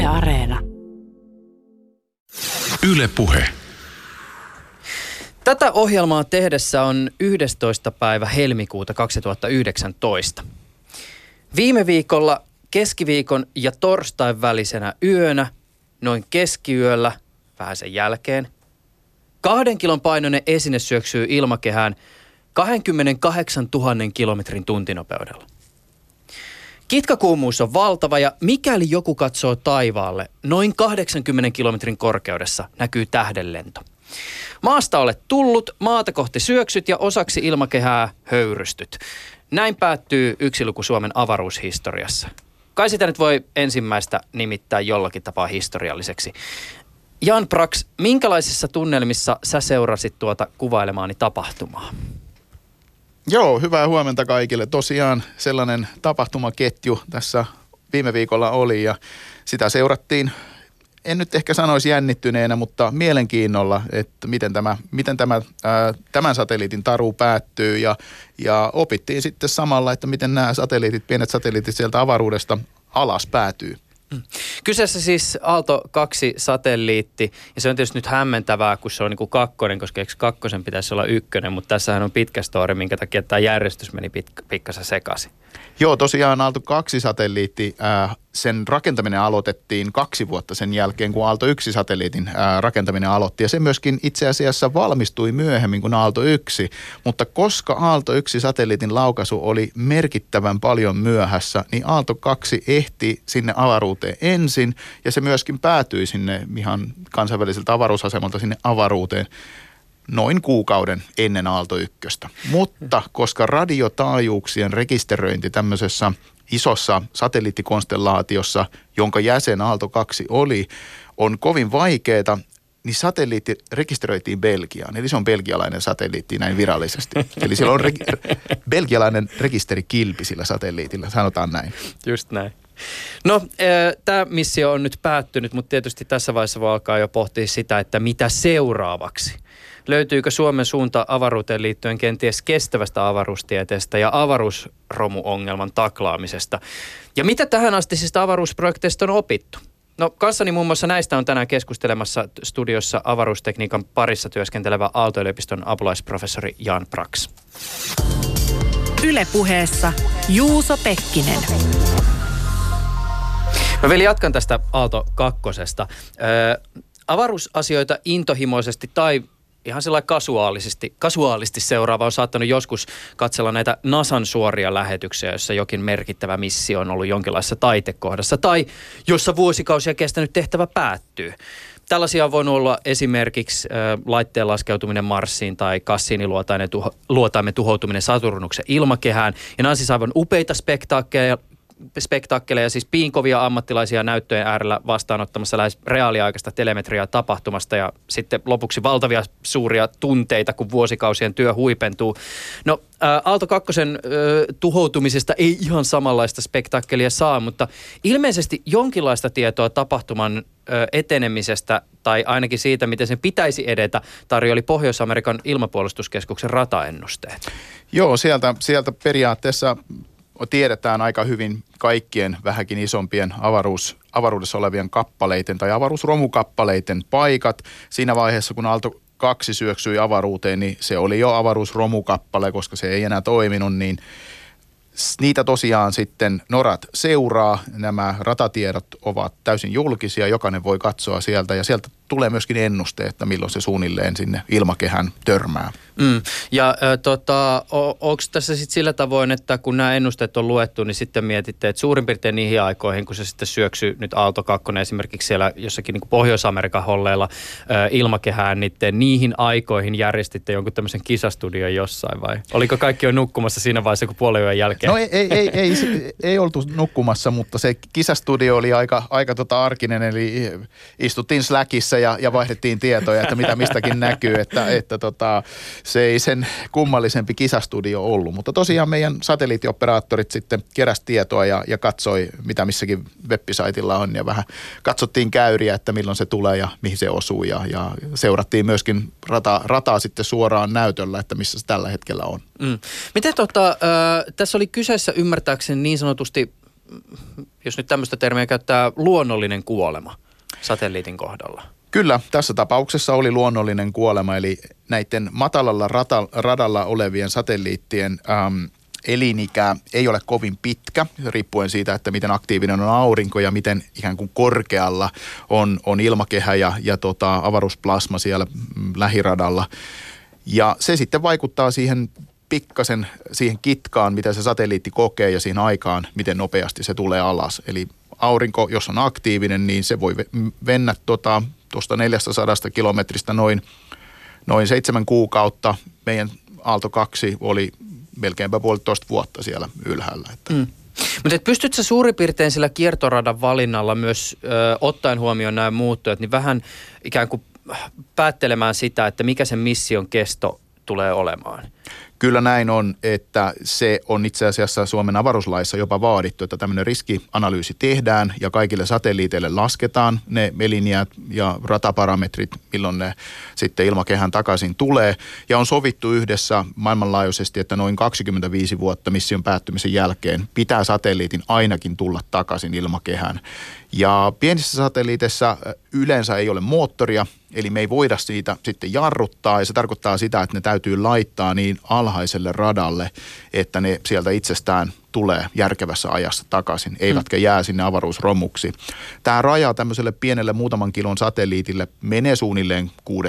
Yle Areena. Yle Puhe. Tätä ohjelmaa tehdessä on 11. päivä helmikuuta 2019. Viime viikolla keskiviikon ja torstain välisenä yönä, noin keskiyöllä, vähän sen jälkeen, 2 kilon painoinen esine syöksyy ilmakehään 28 000 kilometrin tuntinopeudella. Kitkakuumuus on valtava ja mikäli joku katsoo taivaalle, noin 80 kilometrin korkeudessa näkyy tähdenlento. Maasta olet tullut, maata kohti syöksyt ja osaksi ilmakehää höyrystyt. Näin päättyy yksi luku Suomen avaruushistoriassa. Kai sitä nyt voi ensimmäistä nimittää jollakin tapaa historialliseksi. Jan Brax, minkälaisissa tunnelmissa sä seurasit tuota kuvailemaani tapahtumaa? Joo, hyvää huomenta kaikille. Tosiaan sellainen tapahtumaketju tässä viime viikolla oli ja sitä seurattiin, en nyt ehkä sanoisi jännittyneenä, mutta mielenkiinnolla, että miten tämän satelliitin taru päättyy ja opittiin sitten samalla, että miten nämä pienet satelliitit sieltä avaruudesta alas päätyy. Kyseessä siis Aalto-2-satelliitti, ja se on tietysti nyt hämmentävää, kun se on niin kuin kakkonen, koska eikö kakkosen pitäisi olla ykkönen, mutta tässähän on pitkä story, minkä takia tämä järjestys meni pikkasen sekaisin. Joo, tosiaan Aalto-2-satelliitti, sen rakentaminen aloitettiin 2 vuotta sen jälkeen, kun Aalto-1-satelliitin rakentaminen aloitti. Ja se myöskin itse asiassa valmistui myöhemmin kuin Aalto-1, mutta koska Aalto-1-satelliitin laukaisu oli merkittävän paljon myöhässä, niin Aalto-2 ehti sinne avaruuteen ensin ja se myöskin päätyi sinne ihan kansainväliseltä avaruusasemalta sinne avaruuteen noin kuukauden ennen Aalto-1. Mutta koska radiotaajuuksien rekisteröinti tämmöisessä isossa satelliittikonstellaatiossa, jonka jäsen Aalto-2 on kovin vaikeaa, niin satelliitti rekisteröitiin Belgiaan. Eli se on belgialainen satelliitti näin virallisesti. Eli siellä on belgialainen rekisterikilpi sillä satelliitilla, sanotaan näin. Just näin. No, tämä missio on nyt päättynyt, mutta tietysti tässä vaiheessa voi alkaa jo pohtia sitä, että mitä seuraavaksi. Löytyykö Suomen suunta avaruuteen liittyen kenties kestävästä avaruustieteestä ja avaruusromuongelman taklaamisesta? Ja mitä tähän astisista avaruusprojekteista on opittu? No, kanssani muun muassa näistä on tänään keskustelemassa studiossa avaruustekniikan parissa työskentelevä Aalto-yliopiston apulaisprofessori Jan Brax. Yle Puheessa Juuso Pekkinen. Mä vielä jatkan tästä Aalto-2. Avaruusasioita intohimoisesti tai ihan sellainen kasuaalisti seuraava on saattanut joskus katsella näitä NASAn suoria lähetyksiä, jossa jokin merkittävä missio on ollut jonkinlaisessa taitekohdassa tai jossa vuosikausia kestänyt tehtävä päättyy. Tällaisia on voinut olla esimerkiksi laitteen laskeutuminen Marsiin tai Cassini-luotaimen tuhoutuminen Saturnuksen ilmakehään. Ja nämä on siis aivan upeita spektaakkeleja, siis piinkovia ammattilaisia näyttöjen äärellä vastaanottamassa lähes reaaliaikaista telemetriaa tapahtumasta ja sitten lopuksi valtavia suuria tunteita, kun vuosikausien työ huipentuu. No, Aalto-2 tuhoutumisesta ei ihan samanlaista spektaakkelia saa, mutta ilmeisesti jonkinlaista tietoa tapahtuman etenemisestä tai ainakin siitä, miten sen pitäisi edetä, tarjoili Pohjois-Amerikan ilmapuolustuskeskuksen rataennusteet. Joo, sieltä periaatteessa tiedetään aika hyvin kaikkien vähänkin isompien avaruudessa olevien kappaleiden tai avaruusromukappaleiden paikat. Siinä vaiheessa, kun Aalto-2 syöksyi avaruuteen, niin se oli jo avaruusromukappale, koska se ei enää toiminut, niin niitä tosiaan sitten NORAD seuraa. Nämä ratatiedot ovat täysin julkisia, jokainen voi katsoa sieltä ja sieltä tulee myöskin ennuste, että milloin se suunnilleen sinne ilmakehään törmää. Ja onko tässä sitten sillä tavoin, että kun nämä ennusteet on luettu, niin sitten mietitte, että suurin piirtein niihin aikoihin, kun se sitten syöksy nyt Aalto-2 esimerkiksi siellä jossakin niin kuin Pohjois-Amerikan holleilla ilmakehään, niihin aikoihin järjestitte jonkun tämmöisen kisastudion jossain vai? Oliko kaikki jo nukkumassa siinä vaiheessa, kun puolen yön jälkeen? No ei oltu nukkumassa, mutta se kisastudio oli aika arkinen, eli istuttiin Slackissa ja vaihdettiin tietoja, että mitä mistäkin näkyy, että se ei sen kummallisempi kisastudio ollut. Mutta tosiaan meidän satelliittioperaattorit sitten keräsi tietoa ja katsoi, mitä missäkin web-saitilla on ja vähän katsottiin käyriä, että milloin se tulee ja mihin se osuu ja seurattiin myöskin rataa sitten suoraan näytöllä, että missä se tällä hetkellä on. Miten tässä oli kyseessä ymmärtääkseni niin sanotusti jos nyt tämmöistä termiä käyttää, luonnollinen kuolema satelliitin kohdalla? Kyllä, tässä tapauksessa oli luonnollinen kuolema, eli näiden matalalla radalla olevien satelliittien elinikä ei ole kovin pitkä, riippuen siitä, että miten aktiivinen on aurinko ja miten ikään kuin korkealla on ilmakehä ja avaruusplasma siellä lähiradalla. Ja se sitten vaikuttaa siihen pikkasen siihen kitkaan, mitä se satelliitti kokee ja siihen aikaan, miten nopeasti se tulee alas. Eli aurinko, jos on aktiivinen, niin se voi mennä tuosta 400 kilometristä noin 7 kuukautta. Meidän Aalto 2 oli melkeinpä 1,5 vuotta siellä ylhäällä. Mutta pystytkö suurin piirtein sillä kiertoradan valinnalla myös ottaen huomioon nämä muuttujat, niin vähän ikään kuin päättelemään sitä, että mikä sen mission kesto tulee olemaan? Kyllä näin on, että se on itse asiassa Suomen avaruuslaissa jopa vaadittu, että tämmöinen riskianalyysi tehdään ja kaikille satelliiteille lasketaan ne eliniät ja rataparametrit, milloin ne sitten ilmakehän takaisin tulee. Ja on sovittu yhdessä maailmanlaajuisesti, että noin 25 vuotta mission päättymisen jälkeen pitää satelliitin ainakin tulla takaisin ilmakehään. Ja pienissä satelliiteissa yleensä ei ole moottoria, eli me ei voida siitä sitten jarruttaa, ja se tarkoittaa sitä, että ne täytyy laittaa niin alhaiselle radalle, että ne sieltä itsestään tulee järkevässä ajassa takaisin, eivätkä jää sinne avaruusromuksi. Tämä raja tämmöiselle pienelle muutaman kilon satelliitille menee suunnilleen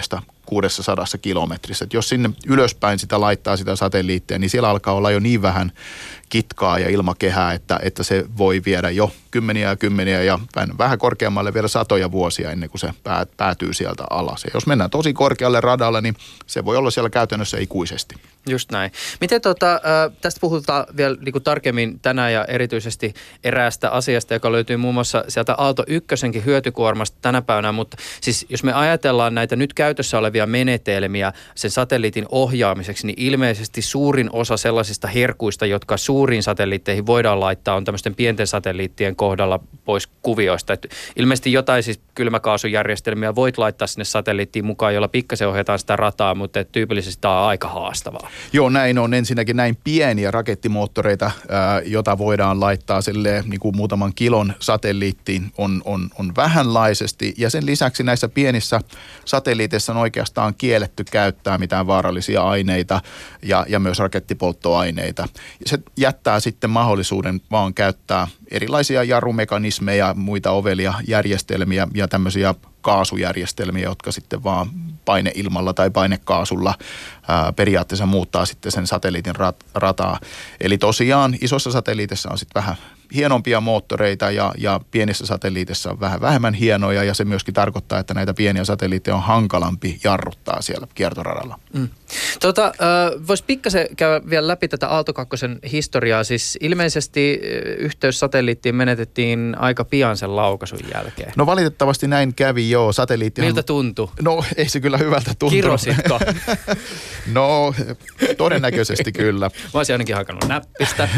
600 kilometrissä. Et jos sinne ylöspäin sitä laittaa sitä satelliittia, niin siellä alkaa olla jo niin vähän kitkaa ja ilmakehää, että se voi viedä jo kymmeniä ja vähän korkeammalle vielä satoja vuosia ennen kuin se päätyy sieltä alas. Ja jos mennään tosi korkealle radalle, niin se voi olla siellä käytännössä ikuisesti. Just näin. Miten tästä puhutaan vielä niin kuin tarkemmin tänään ja erityisesti eräästä asiasta, joka löytyy muun muassa sieltä Aalto 1:nkin hyötykuormasta tänä päivänä, mutta siis jos me ajatellaan näitä nyt käytössä olevia menetelmiä sen satelliitin ohjaamiseksi, niin ilmeisesti suurin osa sellaisista herkuista, jotka suuriin satelliitteihin voidaan laittaa, on tämmöisten pienten satelliittien kohdalla pois kuvioista. Et ilmeisesti jotain siis kylmäkaasujärjestelmiä voit laittaa sinne satelliittiin mukaan, jolla pikkasen ohjataan sitä rataa, mutta tyypillisesti tämä on aika haastavaa. Joo, näin on. Ensinnäkin näin pieniä rakettimoottoreita, jota voidaan laittaa niin kuin muutaman kilon satelliittiin, on vähänlaisesti. Ja sen lisäksi näissä pienissä satelliiteissa on oikeastaan kielletty käyttää mitään vaarallisia aineita ja myös rakettipolttoaineita. Se jättää sitten mahdollisuuden vaan käyttää erilaisia jarrumekanismeja, muita ovelia järjestelmiä ja tämmöisiä kaasujärjestelmiä, jotka sitten vaan paineilmalla tai painekaasulla periaatteessa muuttaa sitten sen satelliitin rataa. Eli tosiaan isossa satelliitissa on sitten vähän hienompia moottoreita ja pienissä satelliitissa on vähän vähemmän hienoja, ja se myöskin tarkoittaa, että näitä pieniä satelliitteja on hankalampi jarruttaa siellä kiertoradalla. Voisi pikkasen käydä vielä läpi tätä Aalto 2 historiaa. Siis ilmeisesti yhteys satelliittiin menetettiin aika pian sen laukaisun jälkeen. No valitettavasti näin kävi, joo. Miltä tuntui? No ei se kyllä hyvältä tuntunut. Kirositko? No todennäköisesti kyllä. Mä olisin ainakin hakannut näppistä.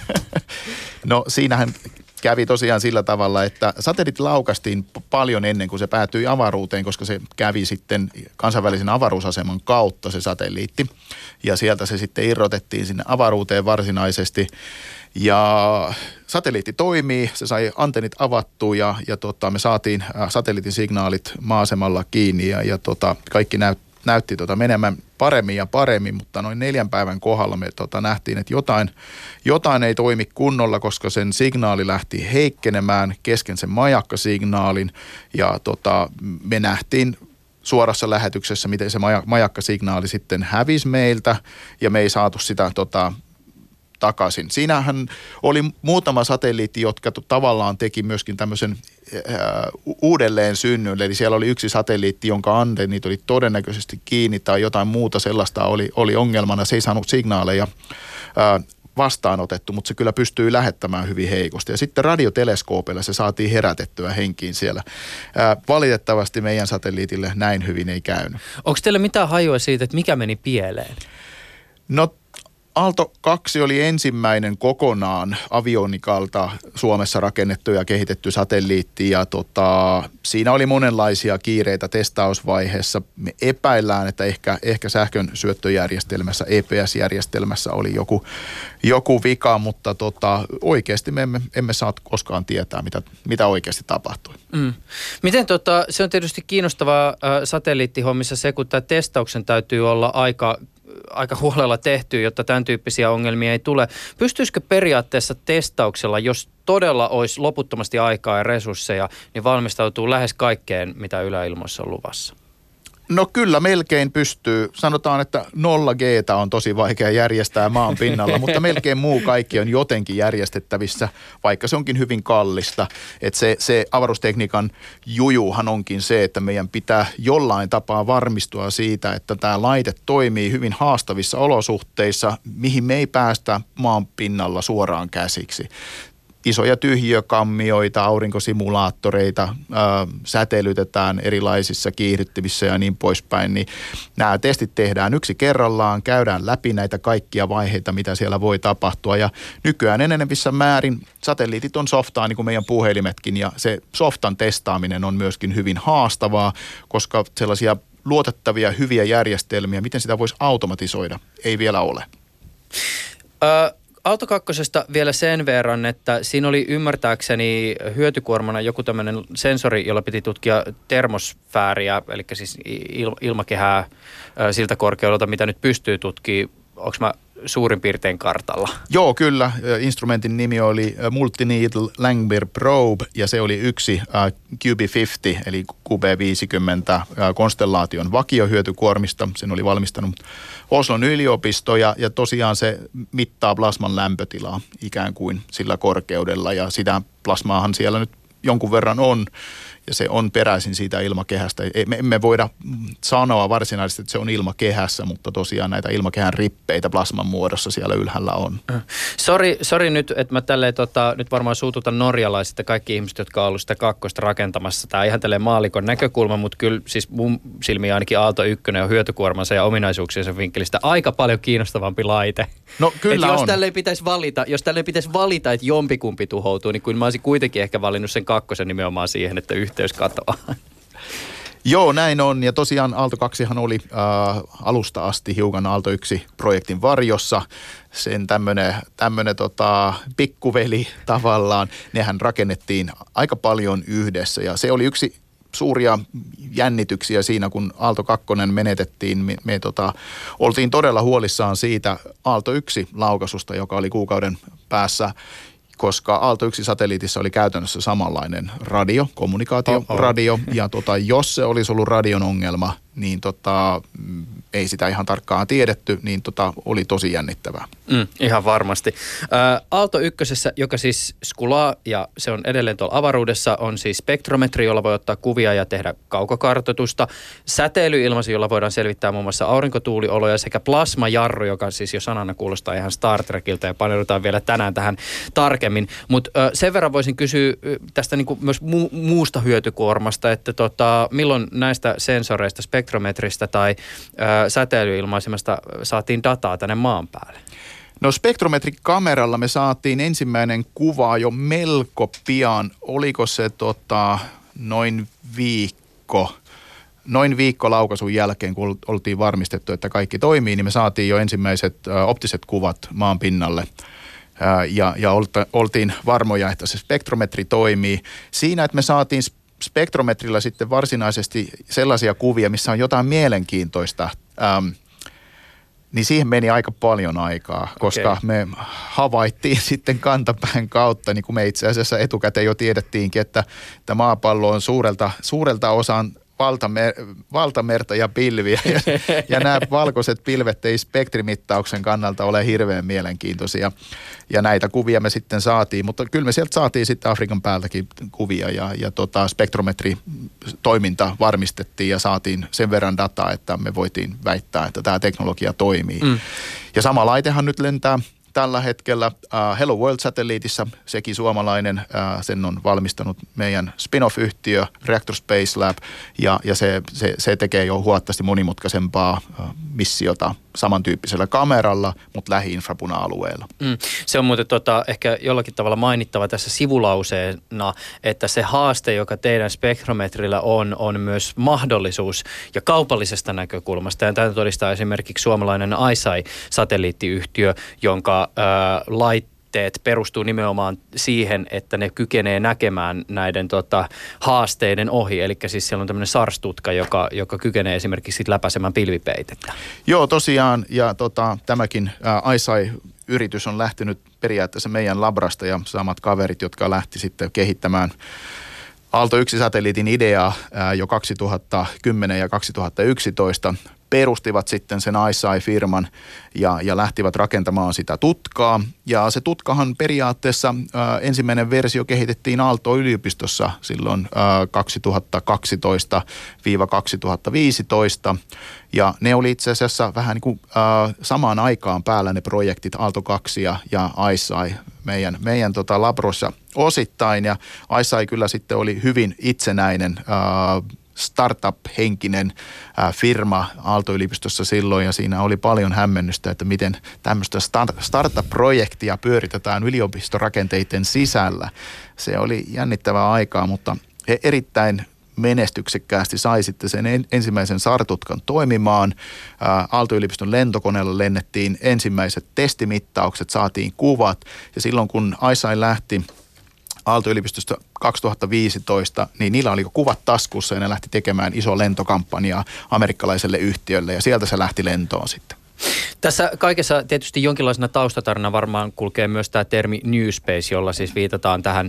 No siinähän kävi tosiaan sillä tavalla, että satelliitti laukaistiin paljon ennen kuin se päätyi avaruuteen, koska se kävi sitten kansainvälisen avaruusaseman kautta se satelliitti. Ja sieltä se sitten irrotettiin sinne avaruuteen varsinaisesti. Ja satelliitti toimii, se sai antennit avattua ja me saatiin satelliitin signaalit maasemalla kiinni ja kaikki näytti menemään paremmin ja paremmin, mutta noin 4 päivän kohdalla me nähtiin, että jotain ei toimi kunnolla, koska sen signaali lähti heikkenemään kesken sen majakkasignaalin ja me nähtiin suorassa lähetyksessä, miten se majakkasignaali sitten hävisi meiltä ja me ei saatu sitä takaisin. Siinähän oli muutama satelliitti, jotka tavallaan teki myöskin tämmöisen uudelleen synnyn. Eli siellä oli yksi satelliitti, jonka antennit oli todennäköisesti kiinni tai jotain muuta sellaista oli ongelmana. Se ei saanut signaaleja vastaanotettu, mutta se kyllä pystyy lähettämään hyvin heikosti. Ja sitten radioteleskoopilla se saatiin herätettyä henkiin siellä. Valitettavasti meidän satelliitille näin hyvin ei käynyt. Onko teillä mitään hajua siitä, että mikä meni pieleen? No Aalto 2 oli ensimmäinen kokonaan avionikalta Suomessa rakennettu ja kehitetty satelliitti ja siinä oli monenlaisia kiireitä testausvaiheessa. Me epäillään, että ehkä sähkön syöttöjärjestelmässä, EPS-järjestelmässä oli joku vika, mutta oikeasti me emme saa koskaan tietää, mitä oikeasti tapahtui. Miten se on tietysti kiinnostavaa satelliittihommissa se, kun tämä testauksen täytyy olla aika huolella tehty, jotta tämän tyyppisiä ongelmia ei tule. Pystyisikö periaatteessa testauksella, jos todella olisi loputtomasti aikaa ja resursseja, niin valmistautuu lähes kaikkeen, mitä yläilmoissa on luvassa? No kyllä melkein pystyy. Sanotaan, että 0G:tä on tosi vaikea järjestää maan pinnalla, mutta melkein muu kaikki on jotenkin järjestettävissä, vaikka se onkin hyvin kallista. Että se avaruustekniikan jujuhan onkin se, että meidän pitää jollain tapaa varmistua siitä, että tämä laite toimii hyvin haastavissa olosuhteissa, mihin me ei päästä maan pinnalla suoraan käsiksi. Isoja tyhjiökammioita, aurinkosimulaattoreita, säteilytetään erilaisissa kiihdyttimissä ja niin poispäin. Niin nämä testit tehdään yksi kerrallaan, käydään läpi näitä kaikkia vaiheita, mitä siellä voi tapahtua. Ja nykyään enenevissä määrin satelliitit on softaa, niin kuin meidän puhelimetkin, ja se softan testaaminen on myöskin hyvin haastavaa, koska sellaisia luotettavia, hyviä järjestelmiä, miten sitä voisi automatisoida, ei vielä ole. Aalto 2:sta vielä sen verran, että siinä oli ymmärtääkseni hyötykuormana joku tämmöinen sensori, jolla piti tutkia termosfääriä, eli siis ilmakehää siltä korkeudelta, mitä nyt pystyy tutkimaan. Onko mä suurin piirtein kartalla? Joo, kyllä. Instrumentin nimi oli Multi-Needle Langmuir Probe, ja se oli yksi QB50, eli QB50 konstellaation vakiohyötykuormista. Sen oli valmistanut Oslon yliopisto, ja tosiaan se mittaa plasman lämpötilaa ikään kuin sillä korkeudella, ja sitä plasmaahan siellä nyt jonkun verran on, ja se on peräisin siitä ilmakehästä. Me emme voida sanoa varsinaisesti, että se on ilmakehässä, mutta tosiaan näitä ilmakehän rippeitä plasman muodossa siellä ylhäällä on. Sori nyt, että mä tälleen nyt varmaan suututan norjalaiset ja kaikki ihmiset, jotka on ollut sitä kakkosta rakentamassa. Tämä ihan tälleen maallikon näkökulma, mutta kyllä siis mun silmiin ainakin Aalto 1 on hyötykuormansa ja ominaisuuksiensa vinkkelistä aika paljon kiinnostavampi laite. No kyllä jos on. Jos tälleen pitäisi valita, että jompikumpi tuhoutuu, niin kyllä mä olisin kuitenkin ehkä valinnut sen kakkosen nimenomaan siihen, että yhteys katoaa. Joo, näin on. Ja tosiaan Aalto 2han oli alusta asti hiukan Aalto 1-projektin varjossa. Sen tämmönen pikkuveli tavallaan. Nehän rakennettiin aika paljon yhdessä, ja se oli yksi suuria jännityksiä siinä, kun Aalto 2 menetettiin. Me oltiin todella huolissaan siitä Aalto 1-laukaisusta, joka oli kuukauden päässä, koska Aalto 1-satelliitissa oli käytännössä samanlainen radio, kommunikaatioradio, ja jos se olisi ollut radion ongelma, niin ei sitä ihan tarkkaan tiedetty, niin oli tosi jännittävää. Ihan varmasti. Aalto 1, joka siis skulaa ja se on edelleen tuolla avaruudessa, on siis spektrometri, jolla voi ottaa kuvia ja tehdä kaukokartoitusta, säteilyilmaisu, jolla voidaan selvittää muun muassa aurinkotuulioloja, sekä plasmajarru, joka siis jo sanana kuulostaa ihan Star Trekiltä, ja paneudutaan vielä tänään tähän tarkemmin. Mutta sen verran voisin kysyä tästä niinku myös muusta hyötykuormasta, että milloin näistä sensoreista, spektrometristä tai säteilyilmaisimesta saatiin dataa tänne maan päälle? No spektrometrikameralla me saatiin ensimmäinen kuva jo melko pian. Oliko se noin viikko laukaisun jälkeen, kun oltiin varmistettu, että kaikki toimii, niin me saatiin jo ensimmäiset optiset kuvat maan pinnalle. Ja oltiin varmoja, että se spektrometri toimii. Siinä, että me saatiin spektrometrillä sitten varsinaisesti sellaisia kuvia, missä on jotain mielenkiintoista, niin siihen meni aika paljon aikaa, koska me havaittiin sitten kantapään kautta, niin kuin me itse asiassa etukäteen jo tiedettiinkin, että maapallo on suurelta osan valtamerta ja pilviä, ja nämä valkoiset pilvet ei spektrimittauksen kannalta ole hirveän mielenkiintoisia, ja näitä kuvia me sitten saatiin, mutta kyllä me sieltä saatiin sitten Afrikan päältäkin kuvia, ja spektrometritoiminta varmistettiin ja saatiin sen verran dataa, että me voitiin väittää, että tämä teknologia toimii. Ja sama laitehan nyt lentää tällä hetkellä Hello World-satelliitissa, sekin suomalainen, sen on valmistanut meidän spin-off-yhtiö Reactor Space Lab, ja se tekee jo huomattavasti monimutkaisempaa missiota samantyyppisellä kameralla, mutta lähi-infrapuna-alueella. Se on muuten ehkä jollakin tavalla mainittava tässä sivulauseena, että se haaste, joka teidän spektrometrillä on myös mahdollisuus ja kaupallisesta näkökulmasta. Ja tätä todistaa esimerkiksi suomalainen ICEYE-satelliittiyhtiö, jonka laitteet perustuu nimenomaan siihen, että ne kykenee näkemään näiden haasteiden ohi. Eli siis siellä on tämmöinen SARS-tutka, joka kykenee esimerkiksi läpäisemään pilvipeitettä. Joo, tosiaan. Ja tämäkin ICEYE-yritys on lähtenyt periaatteessa meidän labrasta ja samat kaverit, jotka lähti sitten kehittämään Aalto-1-satelliitin ideaa jo 2010 ja 2011. Perustivat sitten sen ICEYE-firman ja lähtivät rakentamaan sitä tutkaa. Ja se tutkahan periaatteessa ensimmäinen versio kehitettiin Aalto-yliopistossa silloin 2012-2015. Ja ne oli itse asiassa vähän niin kuin samaan aikaan päällä ne projektit Aalto 2 ja ICEYE meidän labrossa osittain. Ja ICEYE kyllä sitten oli hyvin itsenäinen startup-henkinen firma Aalto-yliopistossa silloin, ja siinä oli paljon hämmennystä, että miten tämmöistä startup-projektia pyöritetään yliopistorakenteiden sisällä. Se oli jännittävää aikaa, mutta he erittäin menestyksekkäästi sai sitten sen ensimmäisen SAR-tutkan toimimaan. Aalto-yliopiston lentokoneella lennettiin ensimmäiset testimittaukset, saatiin kuvat, ja silloin kun ICEYE lähti Aalto-yliopistosta 2015, niin niillä oli kuvat taskussa ja ne lähti tekemään iso lentokampanjaa amerikkalaiselle yhtiölle ja sieltä se lähti lentoon sitten. Tässä kaikessa tietysti jonkinlaisena taustatarina varmaan kulkee myös tämä termi New Space, jolla siis viitataan tähän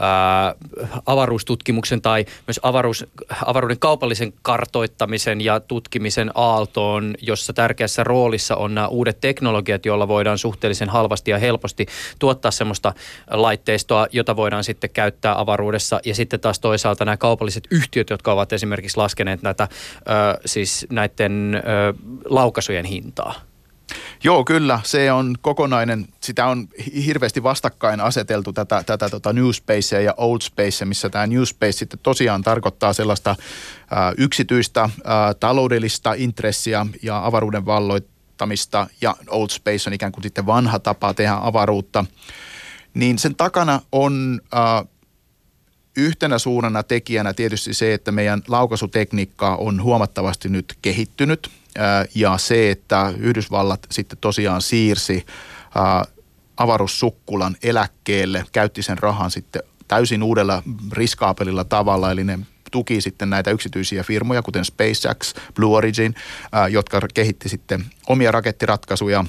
avaruustutkimuksen tai myös avaruuden kaupallisen kartoittamisen ja tutkimisen aaltoon, jossa tärkeässä roolissa on nämä uudet teknologiat, joilla voidaan suhteellisen halvasti ja helposti tuottaa semmoista laitteistoa, jota voidaan sitten käyttää avaruudessa. Ja sitten taas toisaalta nämä kaupalliset yhtiöt, jotka ovat esimerkiksi laskeneet näitä siis näiden laukaisujen hintaa. Joo, kyllä. Se on kokonainen, sitä on hirveästi vastakkain aseteltu tätä New Spacea ja Old Spacea, missä tämä New Space sitten tosiaan tarkoittaa sellaista yksityistä taloudellista intressiä ja avaruuden valloittamista, ja Old Space on ikään kuin sitten vanha tapa tehdä avaruutta. Niin sen takana on yhtenä suurena tekijänä tietysti se, että meidän laukaisutekniikka on huomattavasti nyt kehittynyt. Ja se, että Yhdysvallat sitten tosiaan siirsi avaruussukkulan eläkkeelle, käytti sen rahan sitten täysin uudella riskaapelilla tavalla, eli ne tuki sitten näitä yksityisiä firmoja, kuten SpaceX, Blue Origin, jotka kehitti sitten omia rakettiratkaisuja.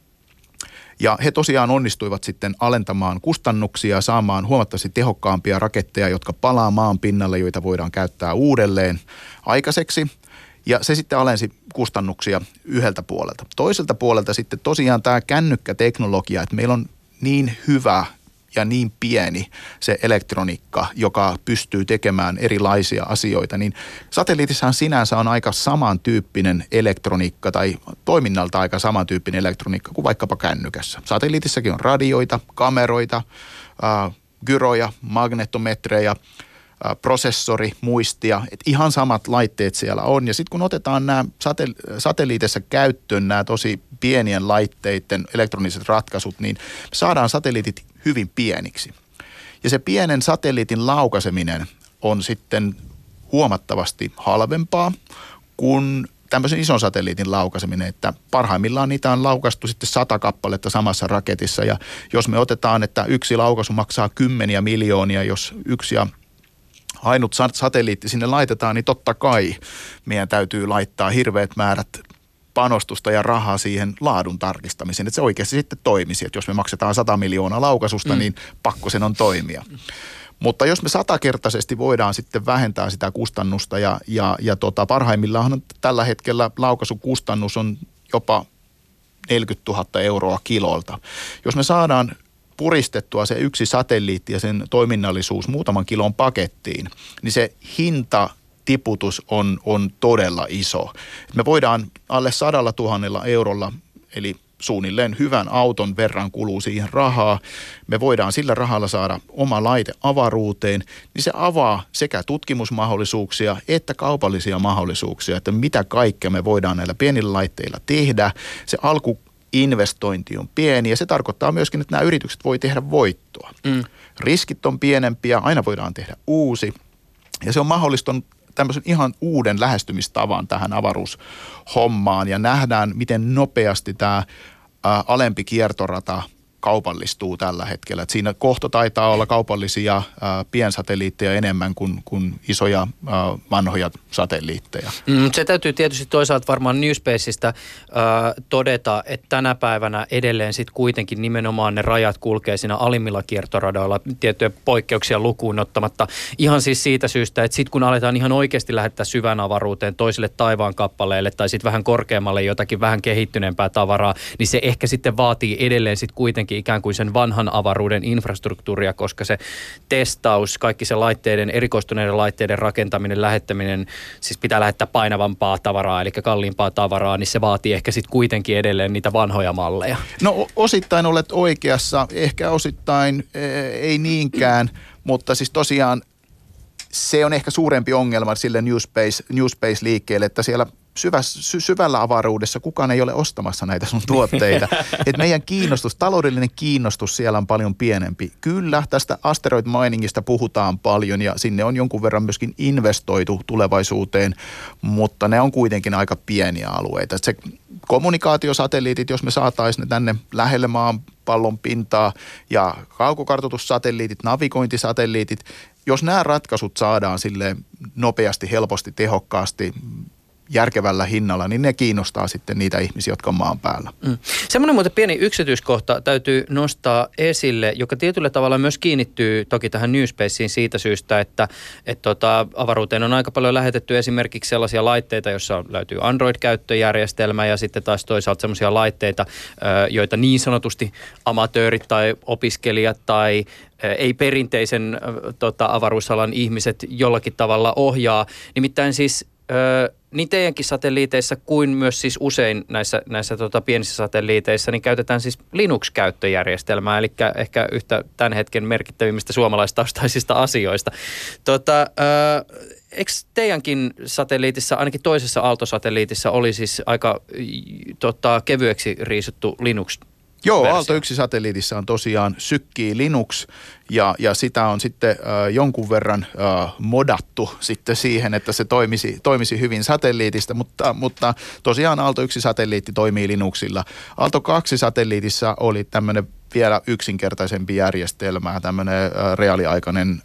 Ja he tosiaan onnistuivat sitten alentamaan kustannuksia, saamaan huomattavasti tehokkaampia raketteja, jotka palaa maan pinnalle, joita voidaan käyttää uudelleen aikaiseksi. Ja se sitten alensi kustannuksia yhdeltä puolelta. Toiselta puolelta sitten tosiaan tämä kännykkäteknologia, että meillä on niin hyvä ja niin pieni se elektroniikka, joka pystyy tekemään erilaisia asioita, niin satelliitissahan sinänsä on aika samantyyppinen elektroniikka tai toiminnalta aika samantyyppinen elektroniikka kuin vaikkapa kännykässä. Satelliitissakin on radioita, kameroita, gyroja, magnetometreja, prosessori, muistia, että ihan samat laitteet siellä on. Ja sitten kun otetaan nämä satelliitissa käyttöön nämä tosi pienien laitteiden elektroniset ratkaisut, niin saadaan satelliitit hyvin pieniksi. Ja se pienen satelliitin laukaiseminen on sitten huomattavasti halvempaa kuin tämmöisen ison satelliitin laukaiseminen, että parhaimmillaan niitä on laukaistu sitten 100 kappaletta samassa raketissa. Ja jos me otetaan, että yksi laukaisu maksaa 10 miljoonia, jos yksi ja ainut satelliitti sinne laitetaan, niin totta kai meidän täytyy laittaa hirveät määrät panostusta ja rahaa siihen laadun tarkistamiseen, että se oikeasti sitten toimisi. Että jos me maksetaan 100 miljoonaa laukaisusta, niin pakko sen on toimia. Mutta jos me 100-kertaisesti voidaan sitten vähentää sitä kustannusta ja parhaimmillaan tällä hetkellä laukaisukustannus on jopa 40 000 euroa kilolta. Jos me saadaan puristettua se yksi satelliitti ja sen toiminnallisuus muutaman kilon pakettiin, niin se hintatiputus on todella iso. Me voidaan alle 100 000 eurolla, eli suunnilleen hyvän auton verran kuluu siihen rahaa, me voidaan sillä rahalla saada oma laite avaruuteen, niin se avaa sekä tutkimusmahdollisuuksia että kaupallisia mahdollisuuksia, että mitä kaikkea me voidaan näillä pienillä laitteilla tehdä. Se alkuinvestointi on pieni ja se tarkoittaa myöskin, että nämä yritykset voi tehdä voittoa. Riskit on pienempiä, aina voidaan tehdä uusi ja se on mahdollistanut tämmöisen ihan uuden lähestymistavan tähän avaruushommaan ja nähdään, miten nopeasti tämä alempi kiertorata kaupallistuu tällä hetkellä. Et siinä kohta taitaa olla kaupallisia piensatelliitteja enemmän kuin isoja vanhoja satelliitteja. Se täytyy tietysti toisaalta varmaan New Spaceista todeta, että tänä päivänä edelleen sitten kuitenkin nimenomaan ne rajat kulkee siinä alimmilla kiertoradoilla tiettyjä poikkeuksia lukuun ottamatta. Ihan siis siitä syystä, että sitten kun aletaan ihan oikeasti lähettää syvään avaruuteen toisille taivaan kappaleille tai sitten vähän korkeammalle jotakin vähän kehittyneempää tavaraa, niin se ehkä sitten vaatii edelleen sitten kuitenkin ikään kuin sen vanhan avaruuden infrastruktuuria, koska se testaus, kaikki se laitteiden, erikoistuneiden laitteiden rakentaminen, lähettäminen, siis pitää lähettää painavampaa tavaraa, eli kalliimpaa tavaraa, niin se vaatii ehkä sitten kuitenkin edelleen niitä vanhoja malleja. No osittain olet oikeassa, ehkä osittain ei niinkään, mutta siis tosiaan se on ehkä suurempi ongelma sille New Space-liikkeelle, että siellä syvällä avaruudessa kukaan ei ole ostamassa näitä sun tuotteita. Et meidän taloudellinen kiinnostus siellä on paljon pienempi. Kyllä, tästä asteroid miningista puhutaan paljon ja sinne on jonkun verran myöskin investoitu tulevaisuuteen, mutta ne on kuitenkin aika pieniä alueita. Se kommunikaatiosatelliitit, jos me saataisiin ne tänne lähelle maapallon pintaa ja kaukokartoitussatelliitit, navigointisatelliitit, jos nämä ratkaisut saadaan sille nopeasti, helposti, tehokkaasti, järkevällä hinnalla, niin ne kiinnostaa sitten niitä ihmisiä, jotka on maan päällä. Semmoinen muuten pieni yksityiskohta täytyy nostaa esille, joka tietyllä tavalla myös kiinnittyy toki tähän New Spaceen siitä syystä, että avaruuteen on aika paljon lähetetty esimerkiksi sellaisia laitteita, joissa löytyy Android-käyttöjärjestelmä ja sitten taas toisaalta sellaisia laitteita, joita niin sanotusti amatöörit tai opiskelijat tai ei perinteisen avaruusalan ihmiset jollakin tavalla ohjaa. Nimittäin siis niin teidänkin satelliiteissa kuin myös siis usein näissä pienissä satelliiteissa niin käytetään siis Linux-käyttöjärjestelmää, eli ehkä yhtä tämän hetken merkittävimmistä suomalaistaustaisista asioista. Eikö teidänkin satelliitissa, ainakin toisessa Aalto-satelliitissa, oli siis aika kevyeksi riisuttu Linux? Joo, Aalto-1-satelliitissa on tosiaan sykkii Linux ja sitä on sitten jonkun verran modattu sitten siihen, että se toimisi hyvin satelliitista, mutta tosiaan Aalto-1-satelliitti toimii Linuxilla. Aalto-2-satelliitissa oli tämmöinen vielä yksinkertaisempi järjestelmä, tämmöinen reaaliaikainen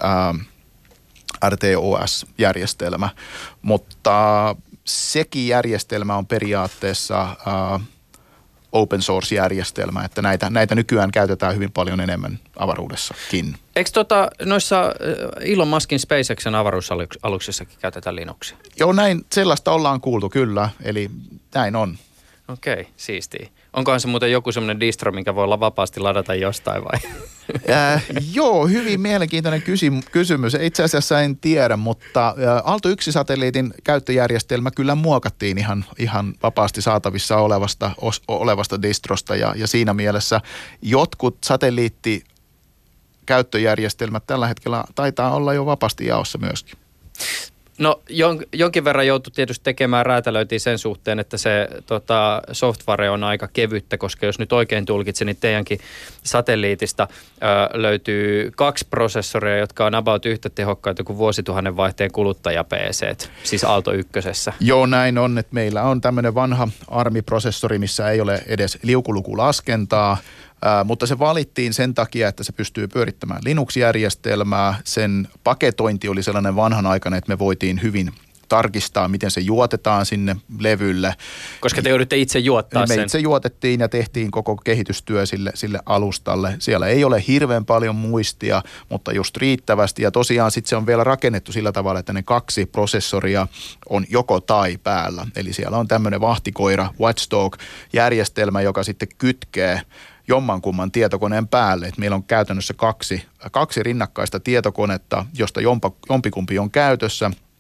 RTOS-järjestelmä, mutta sekin järjestelmä on periaatteessa open source-järjestelmä, että näitä nykyään käytetään hyvin paljon enemmän avaruudessakin. Eikö noissa Elon Muskin SpaceXen avaruusaluksissakin käytetään Linuxia? Joo, näin sellaista ollaan kuultu kyllä, eli näin on. Okei, siistiä. Onkohan se muuten joku semmoinen distro, minkä voi olla vapaasti ladata jostain vai? Joo, hyvin mielenkiintoinen kysymys. Itse asiassa en tiedä, mutta Aalto-1-satelliitin käyttöjärjestelmä kyllä muokattiin ihan vapaasti saatavissa olevasta distrosta ja siinä mielessä jotkut satelliittikäyttöjärjestelmät tällä hetkellä taitaa olla jo vapaasti jaossa myöskin. No jonkin verran joutui tietysti tekemään räätälöintiä sen suhteen, että se software on aika kevyttä, koska jos nyt oikein tulkitsen, niin teidänkin satelliitista löytyy 2 prosessoria, jotka on about yhtä tehokkaita kuin vuosituhannen vaihteen kuluttaja-PC:t, siis Aalto-1:ssä. Joo, näin on, että meillä on tämmöinen vanha ARM-prosessori, missä ei ole edes liukulukulaskentaa, mutta se valittiin sen takia, että se pystyy pyörittämään Linux-järjestelmää. Sen paketointi oli sellainen vanhanaikainen, että me voitiin hyvin tarkistaa, miten se juotetaan sinne levylle. Koska te joudutte itse juottaa sen. Me itse juotettiin ja tehtiin koko kehitystyö sille alustalle. Siellä ei ole hirveän paljon muistia, mutta just riittävästi. Ja tosiaan sitten se on vielä rakennettu sillä tavalla, että ne 2 prosessoria on joko tai päällä. Eli siellä on tämmöinen vahtikoira, watchdog-järjestelmä, joka sitten kytkee jommankumman tietokoneen päälle. Et meillä on käytännössä kaksi rinnakkaista tietokonetta, josta jompikumpi on käytössä.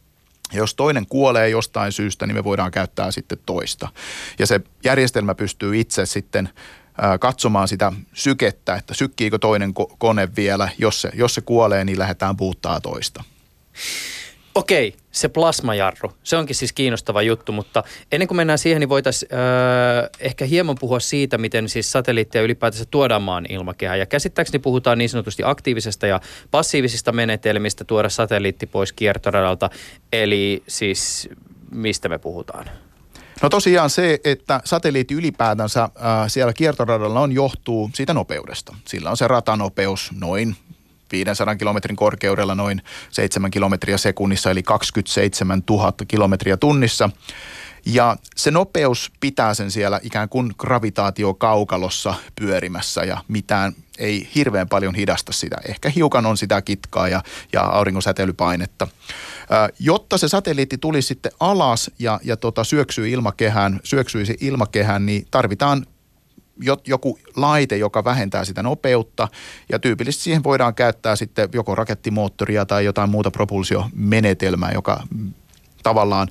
Ja jos toinen kuolee jostain syystä, niin me voidaan käyttää sitten toista. Ja se järjestelmä pystyy itse sitten katsomaan sitä sykettä, että sykkiikö toinen kone vielä. Jos se kuolee, niin lähdetään puuttaa toista. Okei, se plasmajarru. Se onkin siis kiinnostava juttu, mutta ennen kuin mennään siihen, niin voitaisiin ehkä hieman puhua siitä, miten siis satelliitteja ylipäätänsä tuodaan maan ilmakehään. Ja käsittääkseni puhutaan niin sanotusti aktiivisesta ja passiivisista menetelmistä tuoda satelliitti pois kiertoradalta. Eli siis mistä me puhutaan? No tosiaan se, että satelliitti ylipäätänsä siellä kiertoradalla johtuu siitä nopeudesta. Sillä on se ratanopeus noin 500 kilometrin korkeudella noin 7 kilometriä sekunnissa, eli 27 000 kilometriä tunnissa. Ja se nopeus pitää sen siellä ikään kuin gravitaatiokaukalossa pyörimässä ja mitään ei hirveän paljon hidasta sitä. Ehkä hiukan on sitä kitkaa ja auringon säteilypainetta. Jotta se satelliitti tulisi sitten alas ja syöksyisi ilmakehään, niin tarvitaan joku laite, joka vähentää sitä nopeutta ja tyypillisesti siihen voidaan käyttää sitten joko rakettimoottoria tai jotain muuta propulsiomenetelmää, joka tavallaan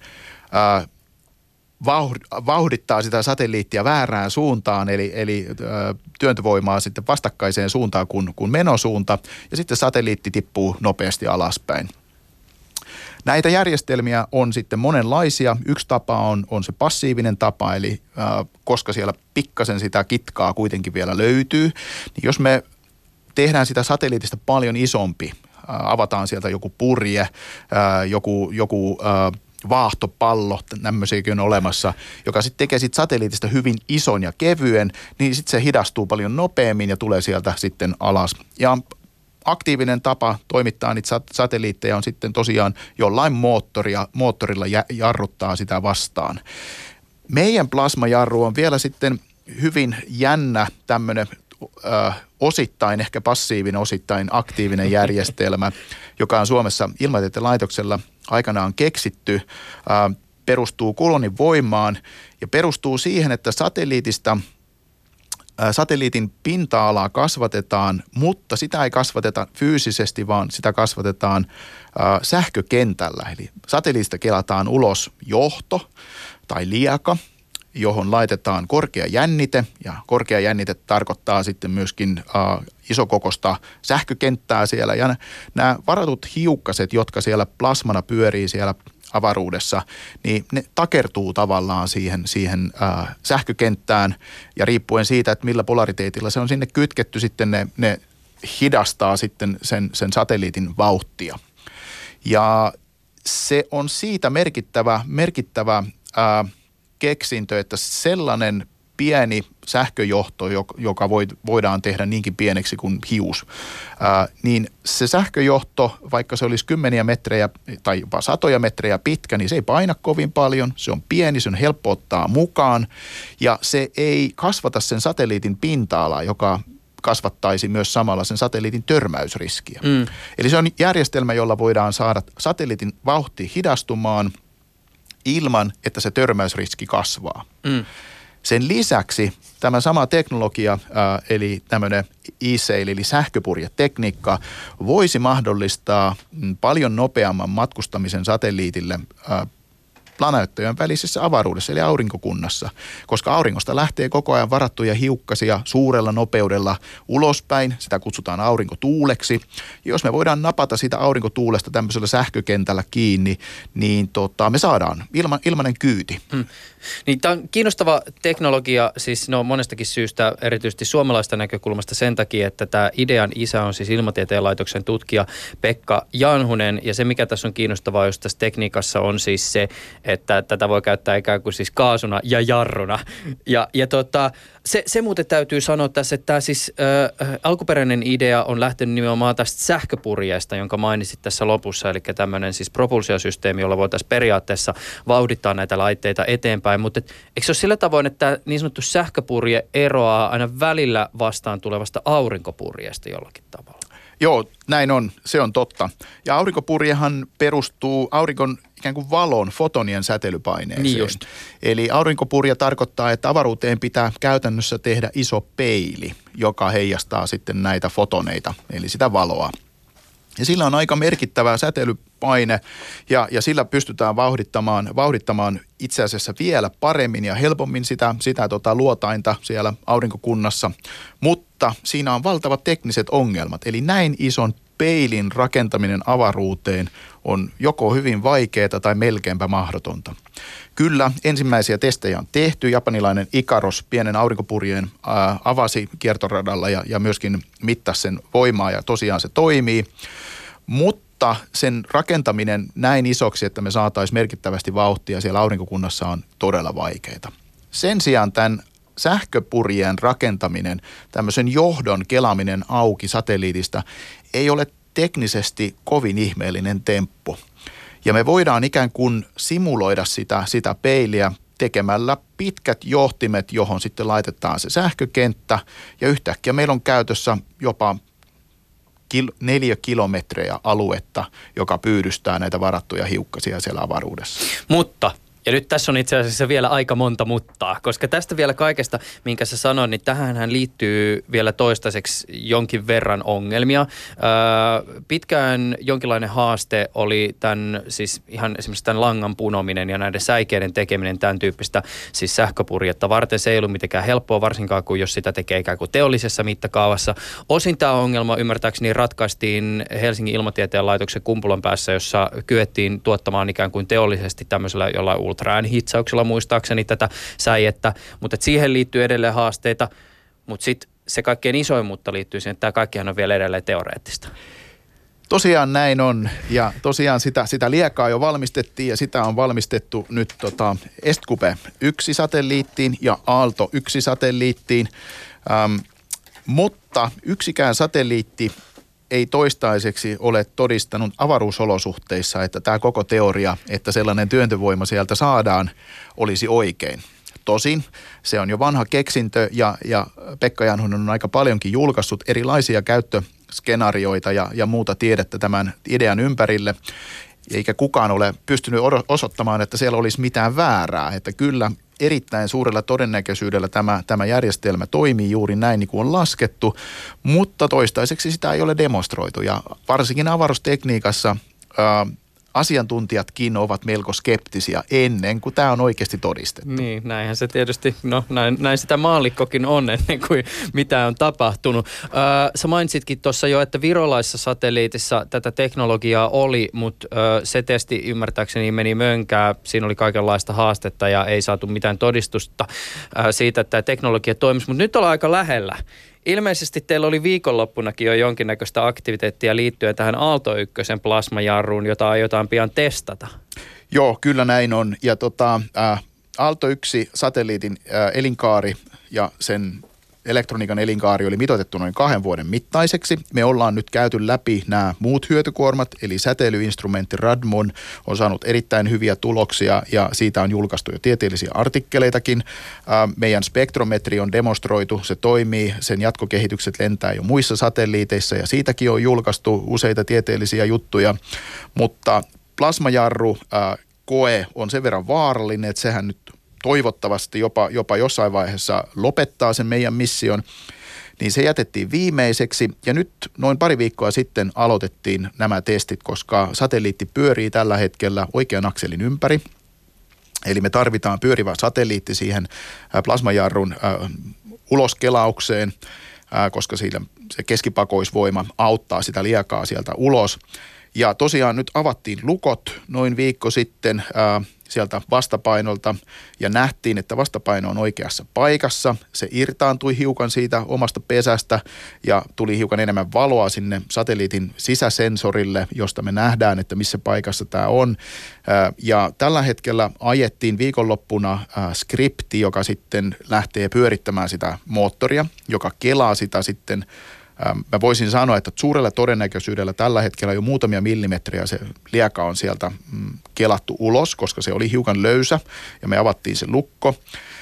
vauhdittaa sitä satelliittia väärään suuntaan, eli työntövoimaa sitten vastakkaiseen suuntaan kuin menosuunta ja sitten satelliitti tippuu nopeasti alaspäin. Näitä järjestelmiä on sitten monenlaisia. Yksi tapa on se passiivinen tapa, eli koska siellä pikkasen sitä kitkaa kuitenkin vielä löytyy, niin jos me tehdään sitä satelliitista paljon isompi, avataan sieltä joku purje, joku vaahtopallo, tämmöisiäkin on olemassa, joka sitten tekee siitä satelliitista hyvin ison ja kevyen, niin sitten se hidastuu paljon nopeammin ja tulee sieltä sitten alas. Ja aktiivinen tapa toimittaa niitä satelliitteja on sitten tosiaan jollain moottorilla jarruttaa sitä vastaan. Meidän plasmajarru on vielä sitten hyvin jännä tämmöinen osittain ehkä passiivinen, osittain aktiivinen järjestelmä, joka on Suomessa Ilmatieteen laitoksella aikanaan keksitty, perustuu Coulombin voimaan ja perustuu siihen, että satelliitin pinta-alaa kasvatetaan, mutta sitä ei kasvateta fyysisesti, vaan sitä kasvatetaan sähkökentällä. Eli satelliitista kelataan ulos johto tai lieka, johon laitetaan korkea jännite, ja korkea jännite tarkoittaa sitten myöskin isokokoista sähkökenttää siellä, ja nämä varatut hiukkaset, jotka siellä plasmana pyörii siellä avaruudessa, niin ne takertuu tavallaan siihen sähkökenttään, ja riippuen siitä, että millä polariteetilla se on sinne kytketty, sitten ne hidastaa sitten sen satelliitin vauhtia. Ja se on siitä merkittävä keksintö, että sellainen pieni sähköjohto, joka voidaan tehdä niinkin pieneksi kuin hius, niin se sähköjohto, vaikka se olisi 10 metrejä tai jopa 100 metrejä pitkä, niin se ei paina kovin paljon, se on pieni, se on helppo ottaa mukaan ja se ei kasvata sen satelliitin pinta-alaa, joka kasvattaisi myös samalla sen satelliitin törmäysriskiä. Eli se on järjestelmä, jolla voidaan saada satelliitin vauhti hidastumaan ilman, että se törmäysriski kasvaa. Sen lisäksi tämä sama teknologia, eli tämmöinen e-sail, eli sähköpurjetekniikka, voisi mahdollistaa paljon nopeamman matkustamisen satelliitille planeettojen välisessä avaruudessa, eli aurinkokunnassa, koska auringosta lähtee koko ajan varattuja hiukkasia suurella nopeudella ulospäin, sitä kutsutaan aurinkotuuleksi. Jos me voidaan napata sitä aurinkotuulesta tämmöisellä sähkökentällä kiinni, niin me saadaan ilmainen kyyti. Niin tämä on kiinnostava teknologia, siis monestakin syystä, erityisesti suomalaista näkökulmasta sen takia, että tämä idean isä on siis Ilmatieteen laitoksen tutkija Pekka Janhunen, ja se mikä tässä on kiinnostavaa just tässä tekniikassa on siis se, että tätä voi käyttää ikään kuin siis kaasuna ja jarruna. Se muuten täytyy sanoa tässä, että tämä siis alkuperäinen idea on lähtenyt nimenomaan tästä sähköpurjeesta, jonka mainitsit tässä lopussa, eli tämmöinen siis propulsiosysteemi, jolla voitaisiin periaatteessa vauhdittaa näitä laitteita eteenpäin, mutta eikö se ole sillä tavoin, että niin sanottu sähköpurje eroaa aina välillä vastaan tulevasta aurinkopurjeesta jollakin tavalla? Joo, näin on. Se on totta. Ja aurinkopurjehan perustuu auringon ikään kuin valon, fotonien säteilypaineeseen. Niin just. Eli aurinkopurje tarkoittaa, että avaruuteen pitää käytännössä tehdä iso peili, joka heijastaa sitten näitä fotoneita, eli sitä valoa. Ja sillä on aika merkittävä paine ja sillä pystytään vauhdittamaan itse asiassa vielä paremmin ja helpommin sitä luotainta siellä aurinkokunnassa, mutta siinä on valtavat tekniset ongelmat, eli näin ison peilin rakentaminen avaruuteen on joko hyvin vaikeaa tai melkeinpä mahdotonta. Kyllä, ensimmäisiä testejä on tehty. Japanilainen Icaros pienen aurinkopurjeen avasi kiertoradalla ja myöskin mittasi sen voimaa ja tosiaan se toimii. Mutta sen rakentaminen näin isoksi, että me saataisiin merkittävästi vauhtia siellä aurinkokunnassa on todella vaikeaa. Sen sijaan tämän sähköpurjeen rakentaminen, tämmöisen johdon kelaaminen auki satelliitista ei ole teknisesti kovin ihmeellinen temppu. Ja me voidaan ikään kuin simuloida sitä peiliä tekemällä pitkät johtimet, johon sitten laitetaan se sähkökenttä ja yhtäkkiä meillä on käytössä jopa 4 kilometrejä aluetta, joka pyydystää näitä varattuja hiukkasia siellä avaruudessa. Mutta ja nyt tässä on itse asiassa vielä aika monta muttaa, koska tästä vielä kaikesta, minkä sä sanoin, niin tähänhän liittyy vielä toistaiseksi jonkin verran ongelmia. Pitkään jonkinlainen haaste oli siis ihan esimerkiksi tämän langan punominen ja näiden säikeiden tekeminen tämän tyyppistä siis sähköpurjetta varten. Se ei ollut mitenkään helppoa, varsinkaan kuin jos sitä tekee ikään kuin teollisessa mittakaavassa. Osin tämä ongelma ymmärtääkseni ratkaistiin Helsingin ilmatieteen laitoksen Kumpulan päässä, jossa kyettiin tuottamaan ikään kuin teollisesti tämmöisellä jollain ultra-äänihitsauksella muistaakseni tätä säijettä, mutta siihen liittyy edelleen haasteita, mutta sitten se kaikkein isoin mutta liittyy siihen, että tämä kaikkihan on vielä edelleen teoreettista. Tosiaan näin on ja tosiaan sitä liekaa jo valmistettiin ja sitä on valmistettu nyt EstCupe 1 satelliittiin ja Aalto 1 satelliittiin, mutta yksikään satelliitti ei toistaiseksi ole todistanut avaruusolosuhteissa, että tämä koko teoria, että sellainen työntövoima sieltä saadaan, olisi oikein. Tosin se on jo vanha keksintö ja Pekka Janhunen on aika paljonkin julkaissut erilaisia käyttöskenaarioita ja muuta tiedettä tämän idean ympärille, eikä kukaan ole pystynyt osoittamaan, että siellä olisi mitään väärää, että kyllä erittäin suurella todennäköisyydellä tämä järjestelmä toimii juuri näin niin kuin on laskettu, mutta toistaiseksi sitä ei ole demonstroitu ja varsinkin avaruustekniikassa asiantuntijatkin ovat melko skeptisiä ennen kuin tämä on oikeasti todistettu. Niin, näinhän se tietysti, näin sitä maallikkokin on ennen kuin mitä on tapahtunut. Sä mainitsitkin tuossa jo, että virolaisessa satelliitissa tätä teknologiaa oli, mutta se testi ymmärtääkseni meni mönkään. Siinä oli kaikenlaista haastetta ja ei saatu mitään todistusta siitä, että tämä teknologia toimisi, mutta nyt ollaan aika lähellä. Ilmeisesti teillä oli viikonloppunakin jo jonkinnäköistä aktiviteettia liittyen tähän Aalto 1 plasmajarruun, jota aiotaan pian testata. Joo, kyllä näin on. Ja Aalto 1 satelliitin elinkaari ja sen elektroniikan elinkaari oli mitoitettu noin 2 vuoden mittaiseksi. Me ollaan nyt käyty läpi nämä muut hyötykuormat, eli säteilyinstrumentti Radmon on saanut erittäin hyviä tuloksia ja siitä on julkaistu jo tieteellisiä artikkeleitakin. Meidän spektrometri on demonstroitu, se toimii, sen jatkokehitykset lentää jo muissa satelliiteissa ja siitäkin on julkaistu useita tieteellisiä juttuja, mutta plasmajarru koe on sen verran vaarallinen, että sehän nyt toivottavasti jopa jossain vaiheessa lopettaa sen meidän mission, niin se jätettiin viimeiseksi ja nyt noin pari viikkoa sitten aloitettiin nämä testit, koska satelliitti pyörii tällä hetkellä oikean akselin ympäri. Eli me tarvitaan pyörivä satelliitti siihen plasmajarrun uloskelaukseen, koska siinä se keskipakoisvoima auttaa sitä liekaa sieltä ulos. Ja tosiaan nyt avattiin lukot noin viikko sitten sieltä vastapainolta ja nähtiin, että vastapaino on oikeassa paikassa. Se irtaantui hiukan siitä omasta pesästä ja tuli hiukan enemmän valoa sinne satelliitin sisäsensorille, josta me nähdään, että missä paikassa tämä on. Ja tällä hetkellä ajettiin viikonloppuna skripti, joka sitten lähtee pyörittämään sitä moottoria, joka kelaa sitä sitten. Mä voisin sanoa, että suurella todennäköisyydellä tällä hetkellä jo muutamia millimetriä se lieka on sieltä kelattu ulos, koska se oli hiukan löysä ja me avattiin se lukko.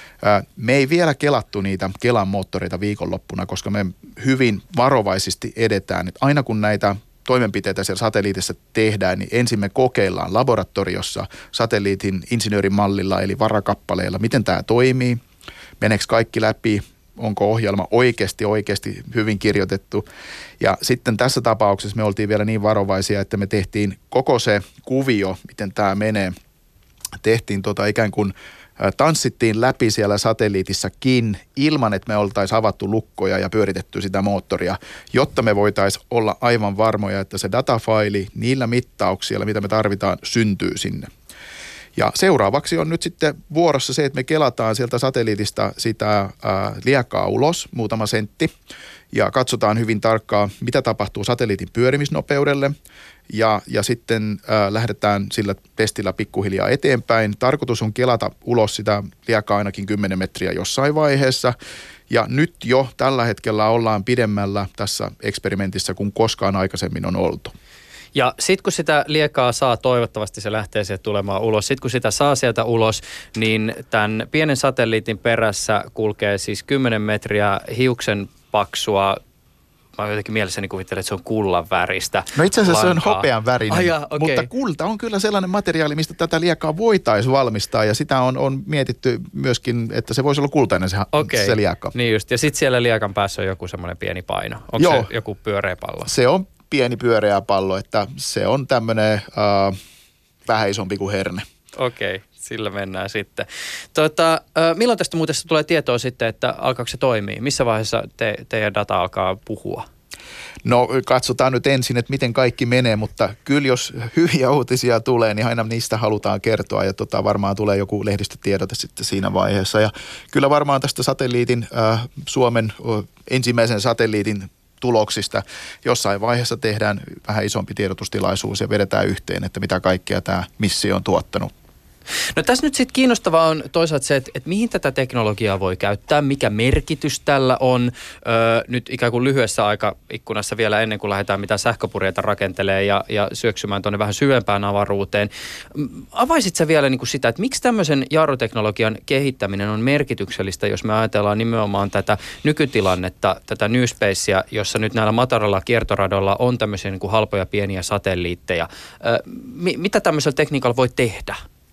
Me ei vielä kelattu niitä Kelan moottoreita viikonloppuna, koska me hyvin varovaisesti edetään. Että aina kun näitä toimenpiteitä siellä satelliitissa tehdään, niin ensin me kokeillaan laboratoriossa satelliitin insinöörimallilla eli varakappaleilla, miten tämä toimii, meneekö kaikki läpi. onko ohjelma oikeasti hyvin kirjoitettu. Ja sitten tässä tapauksessa me oltiin vielä niin varovaisia, että me tehtiin koko se kuvio, miten tämä menee, tehtiin ikään kuin tanssittiin läpi siellä satelliitissakin ilman, että me oltaisiin avattu lukkoja ja pyöritetty sitä moottoria, jotta me voitaisiin olla aivan varmoja, että se datafaili niillä mittauksilla, mitä me tarvitaan, syntyy sinne. Ja seuraavaksi on nyt sitten vuorossa se, että me kelataan sieltä satelliitista sitä liekaa ulos, muutama sentti, ja katsotaan hyvin tarkkaan, mitä tapahtuu satelliitin pyörimisnopeudelle, ja sitten lähdetään sillä testillä pikkuhiljaa eteenpäin. Tarkoitus on kelata ulos sitä liekaa ainakin 10 metriä jossain vaiheessa, ja nyt jo tällä hetkellä ollaan pidemmällä tässä eksperimentissä kuin koskaan aikaisemmin on oltu. Ja sitten kun sitä liekaa saa, toivottavasti se lähtee sieltä tulemaan ulos. Sitten kun sitä saa sieltä ulos, niin tämän pienen satelliitin perässä kulkee siis 10 metriä hiuksen paksua. Mä jotenkin mielessäni kuvittelen, että se on kullan väristä. No itse asiassa lankaa. se on hopean värinen, okay. Mutta kulta on kyllä sellainen materiaali, mistä tätä liekaa voitaisiin valmistaa. Ja sitä on mietitty myöskin, että se voisi olla kultainen se lieka. Niin just. Ja sitten siellä liekan päässä on joku semmoinen pieni paino. Onko se joku pyöreä pallo? Se on pieni pyöreä pallo, että se on tämmöinen vähän isompi kuin herne. Okei, sillä mennään sitten. Milloin tästä muuten tulee tietoa sitten, että alkaako se toimii? Missä vaiheessa teidän data alkaa puhua? No katsotaan nyt ensin, että miten kaikki menee, mutta kyllä jos hyviä uutisia tulee, niin aina niistä halutaan kertoa ja varmaan tulee joku lehdistötiedote sitten siinä vaiheessa. Ja kyllä varmaan tästä satelliitin, Suomen ensimmäisen satelliitin tuloksista jossain vaiheessa tehdään vähän isompi tiedotustilaisuus ja vedetään yhteen, että mitä kaikkea tämä missio on tuottanut. No tässä nyt sitten kiinnostavaa on toisaalta se, että mihin tätä teknologiaa voi käyttää, mikä merkitys tällä on nyt ikään kuin lyhyessä aikaikkunassa vielä ennen kuin lähdetään mitään sähköpurjeita rakentelemaan ja syöksymään tuonne vähän syvempään avaruuteen. Avaisit sä vielä niin kuin sitä, että miksi tämmöisen jarruteknologian kehittäminen on merkityksellistä, jos me ajatellaan nimenomaan tätä nykytilannetta, tätä New Spacea, jossa nyt näillä matalalla kiertoradoilla on tämmöisiä niin kuin halpoja pieniä satelliitteja. Mitä tämmöisellä tekniikalla voi tehdä?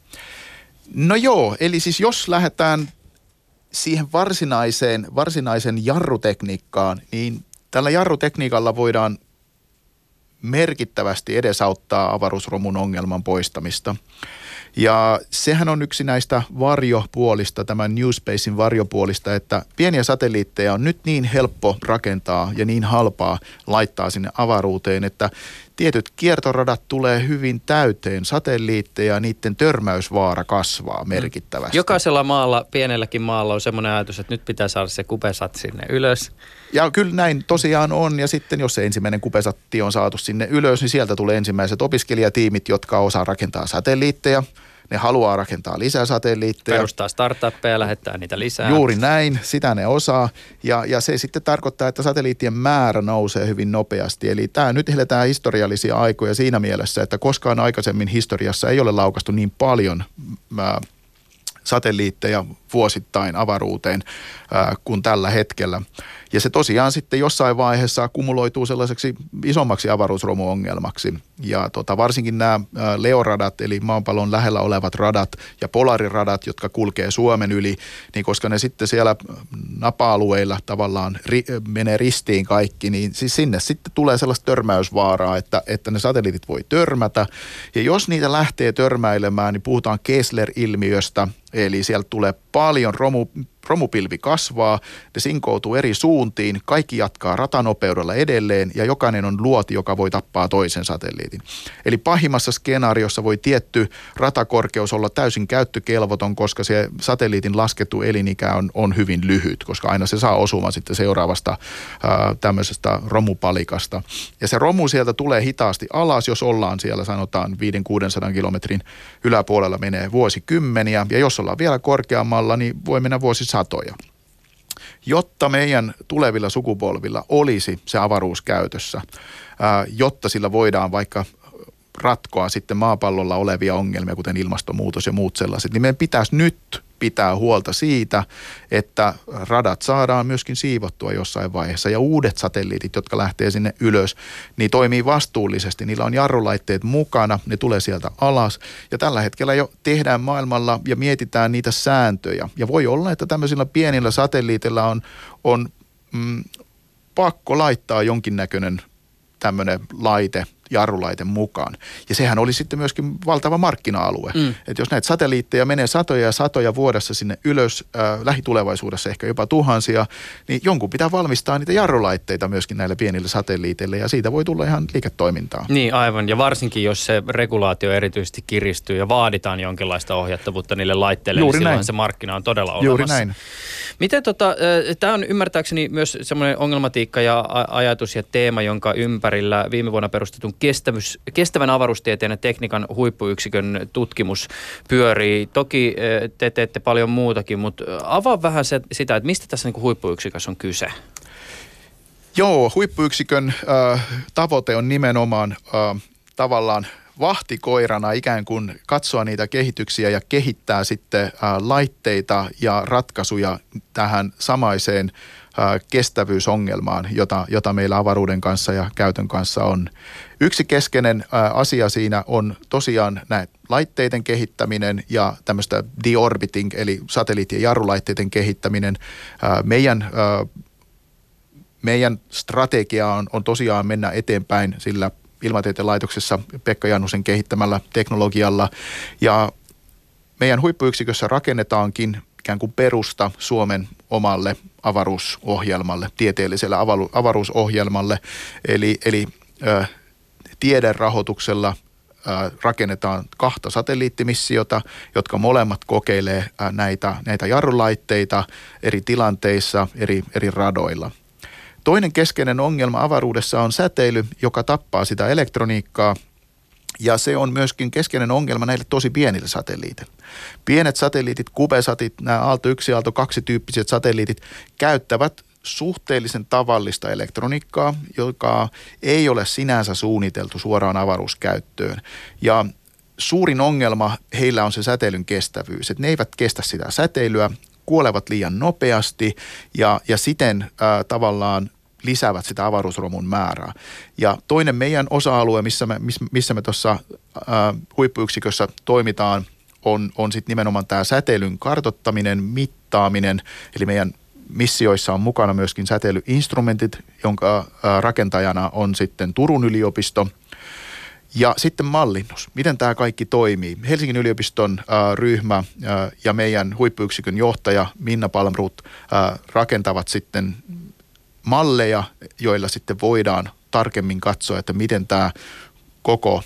No joo, eli siis jos lähdetään siihen varsinaisen jarrutekniikkaan, niin tällä jarrutekniikalla voidaan merkittävästi edesauttaa avaruusromun ongelman poistamista. Ja sehän on yksi näistä varjopuolista, tämän New Spacein varjopuolista, että pieniä satelliitteja on nyt niin helppo rakentaa ja niin halpaa laittaa sinne avaruuteen, että tietyt kiertoradat tulee hyvin täyteen satelliitteja ja niiden törmäysvaara kasvaa merkittävästi. Jokaisella maalla, pienelläkin maalla on semmoinen ajatus, että nyt pitää saada se CubeSat sinne ylös. Ja kyllä näin tosiaan on, ja sitten jos se ensimmäinen CubeSatti on saatu sinne ylös, niin sieltä tulee ensimmäiset opiskelijatiimit, jotka osaa rakentaa satelliitteja. Ne haluaa rakentaa lisää satelliitteja. Perustaa startuppeja ja lähettää niitä lisää. Juuri näin, sitä ne osaa. Ja se sitten tarkoittaa, että satelliittien määrä nousee hyvin nopeasti. Eli tämä nyt eletään historiallisia aikoja siinä mielessä, että koskaan aikaisemmin historiassa ei ole laukaistu niin paljon satelliitteja vuosittain avaruuteen kuin tällä hetkellä. Ja se tosiaan sitten jossain vaiheessa kumuloituu sellaiseksi isommaksi avaruusromuongelmaksi. Ja varsinkin nämä LEO-radat, eli maapallon lähellä olevat radat ja polariradat, jotka kulkee Suomen yli, niin koska ne sitten siellä napa-alueilla tavallaan menee ristiin kaikki, niin siis sinne sitten tulee sellaista törmäysvaaraa, että ne satelliitit voi törmätä. Ja jos niitä lähtee törmäilemään, niin puhutaan Kessler-ilmiöstä, eli sieltä tulee paljon romupilvi kasvaa, ne sinkoutuu eri suuntiin, kaikki jatkaa ratanopeudella edelleen ja jokainen on luoti, joka voi tappaa toisen satelliitin. Eli pahimmassa skenaariossa voi tietty ratakorkeus olla täysin käyttökelvoton, koska se satelliitin laskettu elinikä on hyvin lyhyt, koska aina se saa osuman sitten seuraavasta tämmöisestä romupalikasta. Ja se romu sieltä tulee hitaasti alas, jos ollaan siellä sanotaan 500-600 kilometrin yläpuolella menee vuosikymmeniä ja jos ollaan vielä korkeammalla, niin voi mennä vuosisatoja. Jotta meidän tulevilla sukupolvilla olisi se avaruus käytössä, jotta sillä voidaan vaikka ratkoa sitten maapallolla olevia ongelmia, kuten ilmastonmuutos ja muut sellaiset, niin meidän pitäisi nyt pitää huolta siitä, että radat saadaan myöskin siivottua jossain vaiheessa ja uudet satelliitit, jotka lähtee sinne ylös, niin toimii vastuullisesti. Niillä on jarrulaitteet mukana, ne tulee sieltä alas ja tällä hetkellä jo tehdään maailmalla ja mietitään niitä sääntöjä. Ja voi olla, että tämmöisillä pienillä satelliiteilla on pakko laittaa jonkinnäköinen tämmöinen jarrulaite mukaan. Ja sehän oli sitten myöskin valtava markkina-alue. Että jos näitä satelliitteja menee satoja ja satoja vuodessa sinne ylös, lähitulevaisuudessa ehkä jopa tuhansia, niin jonkun pitää valmistaa niitä jarrulaitteita myöskin näille pienille satelliiteille ja siitä voi tulla ihan liiketoimintaa. Niin aivan, ja varsinkin jos se regulaatio erityisesti kiristyy ja vaaditaan jonkinlaista ohjattavuutta niille laitteille, niin silloin se markkina on todella olemassa. Juuri näin. Miten tämä on ymmärtääkseni myös semmoinen ongelmatiikka ja ajatus ja teema, jonka ympärillä viime vuonna perustetun kestävän avaruustieteen ja tekniikan huippuyksikön tutkimus pyörii. Toki te teette paljon muutakin, mutta avaa vähän sitä, että mistä tässä niin kuin huippuyksikössä on kyse? Joo, huippuyksikön tavoite on nimenomaan tavallaan vahtikoirana ikään kuin katsoa niitä kehityksiä ja kehittää sitten laitteita ja ratkaisuja tähän samaiseen kestävyysongelmaan, jota meillä avaruuden kanssa ja käytön kanssa on. Yksi keskeinen asia siinä on tosiaan näitä laitteiden kehittäminen ja tämmöistä deorbiting, eli satelliittien jarrulaitteiden kehittäminen. Meidän strategia on tosiaan mennä eteenpäin sillä Ilmatieteen laitoksessa Pekka Jannusen kehittämällä teknologialla. Ja meidän huippuyksikössä rakennetaankin ikään kuin perusta Suomen omalle avaruusohjelmalle, tieteelliselle avaruusohjelmalle. Eli tiederahoituksella rakennetaan 2 satelliittimissiota, jotka molemmat kokeilee näitä jarrulaitteita eri tilanteissa, eri radoilla. Toinen keskeinen ongelma avaruudessa on säteily, joka tappaa sitä elektroniikkaa, ja se on myöskin keskeinen ongelma näille tosi pienille satelliiteille. Pienet satelliitit, CubeSatit, nämä Aalto 1 ja Aalto 2 tyyppiset satelliitit käyttävät suhteellisen tavallista elektroniikkaa, joka ei ole sinänsä suunniteltu suoraan avaruuskäyttöön. Ja suurin ongelma heillä on se säteilyn kestävyys, että ne eivät kestä sitä säteilyä, kuolevat liian nopeasti ja siten tavallaan lisäävät sitä avaruusromun määrää. Ja toinen meidän osa-alue, missä me tuossa huippuyksikössä toimitaan, on sitten nimenomaan tämä säteilyn kartoittaminen, mittaaminen, eli meidän missioissa on mukana myöskin säteilyinstrumentit, jonka rakentajana on sitten Turun yliopisto. Ja sitten mallinnus. Miten tämä kaikki toimii? Helsingin yliopiston ryhmä ja meidän huippuyksikön johtaja Minna Palmroth rakentavat sitten malleja, joilla sitten voidaan tarkemmin katsoa, että miten tämä koko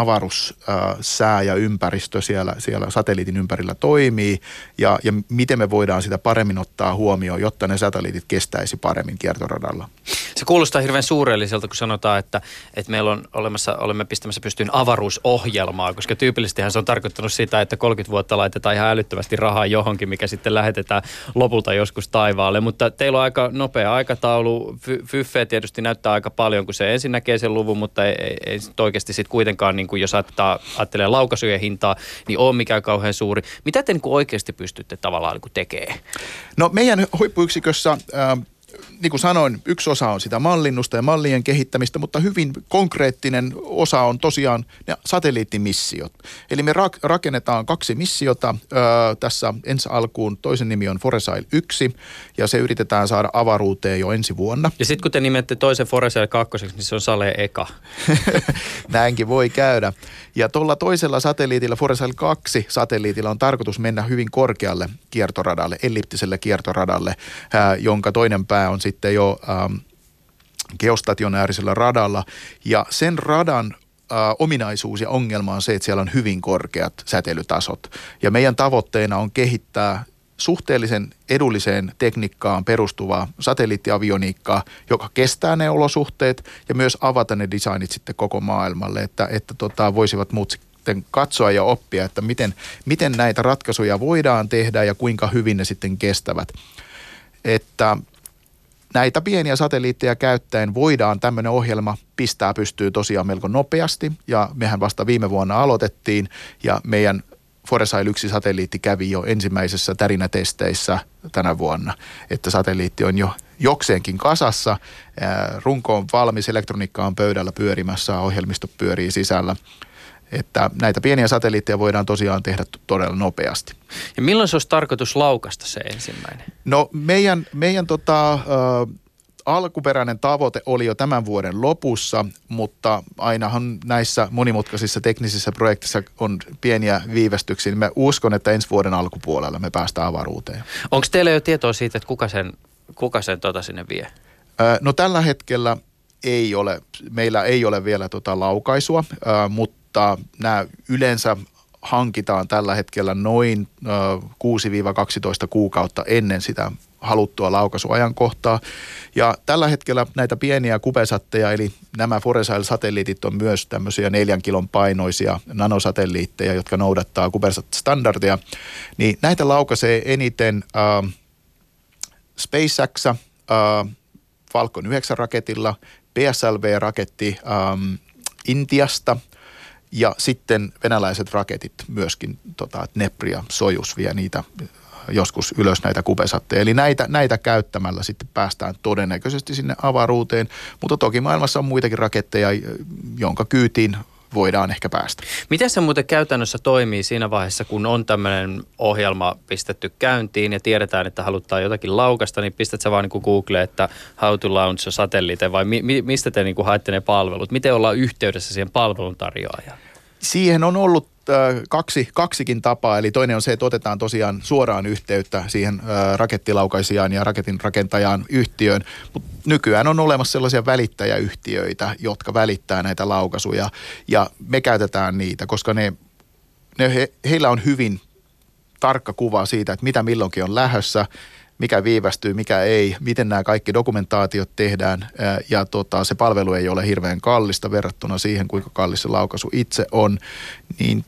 avaruussää ja ympäristö siellä satelliitin ympärillä toimii ja miten me voidaan sitä paremmin ottaa huomioon, jotta ne satelliitit kestäisi paremmin kiertoradalla. Se kuulostaa hirveän suurelliselta, kun sanotaan, että meillä olemme pistämässä pystyyn avaruusohjelmaa, koska tyypillisestihän se on tarkoittanut sitä, että 30 vuotta laitetaan ihan älyttömästi rahaa johonkin, mikä sitten lähetetään lopulta joskus taivaalle. Mutta teillä on aika nopea aikataulu. Fyffeä tietysti näyttää aika paljon, kun se ensin näkee sen luvun, mutta ei oikeasti sitten kuitenkaan, niin kuin jos ajattelee laukaisujen hintaa, niin ole mikään kauhean suuri. Mitä te niin kuin oikeasti pystytte tavallaan niin kuin tekemään? No meidän huippuyksikössä niin kuin sanoin, yksi osa on sitä mallinnusta ja mallien kehittämistä, mutta hyvin konkreettinen osa on tosiaan ne satelliittimissiot. Eli me rakennetaan 2 missiota tässä ensi alkuun. Toisen nimi on Foresight 1 ja se yritetään saada avaruuteen jo ensi vuonna. Ja sitten kun te nimette toisen Foresight 2, niin se on Sale eka. Näinkin voi käydä. Ja tuolla toisella satelliitilla, Foresight 2 satelliitilla on tarkoitus mennä hyvin korkealle kiertoradalle, elliptiselle kiertoradalle, jonka toinen pää on sitten jo geostationäärisellä radalla. Ja sen radan ominaisuus ja ongelma on se, että siellä on hyvin korkeat säteilytasot. Ja meidän tavoitteena on kehittää suhteellisen edulliseen tekniikkaan perustuvaa satelliittiavioniikkaa, joka kestää ne olosuhteet ja myös avata ne designit sitten koko maailmalle, että voisivat muut sitten katsoa ja oppia, että miten näitä ratkaisuja voidaan tehdä ja kuinka hyvin ne sitten kestävät. Että näitä pieniä satelliitteja käyttäen voidaan tämmöinen ohjelma pistää pystyyn tosiaan melko nopeasti. Ja mehän vasta viime vuonna aloitettiin ja meidän Foresight 1 satelliitti kävi jo ensimmäisessä tärinätesteissä tänä vuonna. Että satelliitti on jo jokseenkin kasassa, runko on valmis, elektroniikka on pöydällä pyörimässä, ohjelmisto pyörii sisällä. Että näitä pieniä satelliitteja voidaan tosiaan tehdä todella nopeasti. Ja milloin se olisi tarkoitus laukasta se ensimmäinen? No meidän alkuperäinen tavoite oli jo tämän vuoden lopussa, mutta ainahan näissä monimutkaisissa teknisissä projekteissa on pieniä viivästyksiä. Mä uskon, että ensi vuoden alkupuolella me päästään avaruuteen. Onko teillä jo tietoa siitä, että kuka sen sinne vie? No tällä hetkellä meillä ei ole vielä laukaisua, mutta nämä yleensä hankitaan tällä hetkellä noin 6-12 kuukautta ennen sitä haluttua laukaisuajankohtaa. Ja tällä hetkellä näitä pieniä CubeSatteja, eli nämä Foresight-satelliitit on myös tämmöisiä 4 kilon painoisia nanosatelliitteja, jotka noudattaa CubeSat-standardia. Niin näitä laukaisee eniten SpaceX Falcon 9 raketilla, PSLV-raketti Intiasta ja sitten venäläiset raketit myöskin, Dnepr ja Sojus vie niitä joskus ylös näitä CubeSatteja. Eli näitä käyttämällä sitten päästään todennäköisesti sinne avaruuteen, mutta toki maailmassa on muitakin raketteja, jonka kyytiin voidaan ehkä päästä. Miten se muuten käytännössä toimii siinä vaiheessa, kun on tämmöinen ohjelma pistetty käyntiin ja tiedetään, että halutaan jotakin laukasta, niin pistät sä vaan niin Googleen, että how to launch a satellite vai mistä te niin haette ne palvelut? Miten ollaan yhteydessä siihen palveluntarjoajaan? Siihen on ollut kaksikin tapaa, eli toinen on se, että otetaan tosiaan suoraan yhteyttä siihen rakettilaukaisijaan ja raketin rakentajaan yhtiöön, mutta nykyään on olemassa sellaisia välittäjäyhtiöitä, jotka välittää näitä laukaisuja ja me käytetään niitä, koska heillä on hyvin tarkka kuva siitä, että mitä milloinkin on lähdössä, mikä viivästyy, mikä ei, miten nämä kaikki dokumentaatiot tehdään ja se palvelu ei ole hirveän kallista verrattuna siihen, kuinka kallis se laukaisu itse on. Niin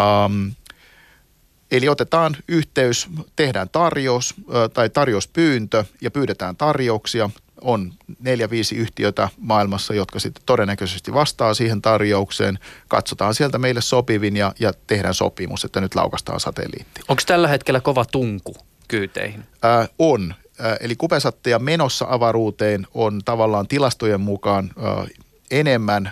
eli otetaan yhteys, tehdään tarjous tai tarjouspyyntö ja pyydetään tarjouksia. On 4-5 yhtiötä maailmassa, jotka sitten todennäköisesti vastaa siihen tarjoukseen. Katsotaan sieltä meille sopivin ja tehdään sopimus, että nyt laukaistaan satelliitti. Onko tällä hetkellä kova tunku kyyteihin? On. Eli CubeSatteja menossa avaruuteen on tavallaan tilastojen mukaan enemmän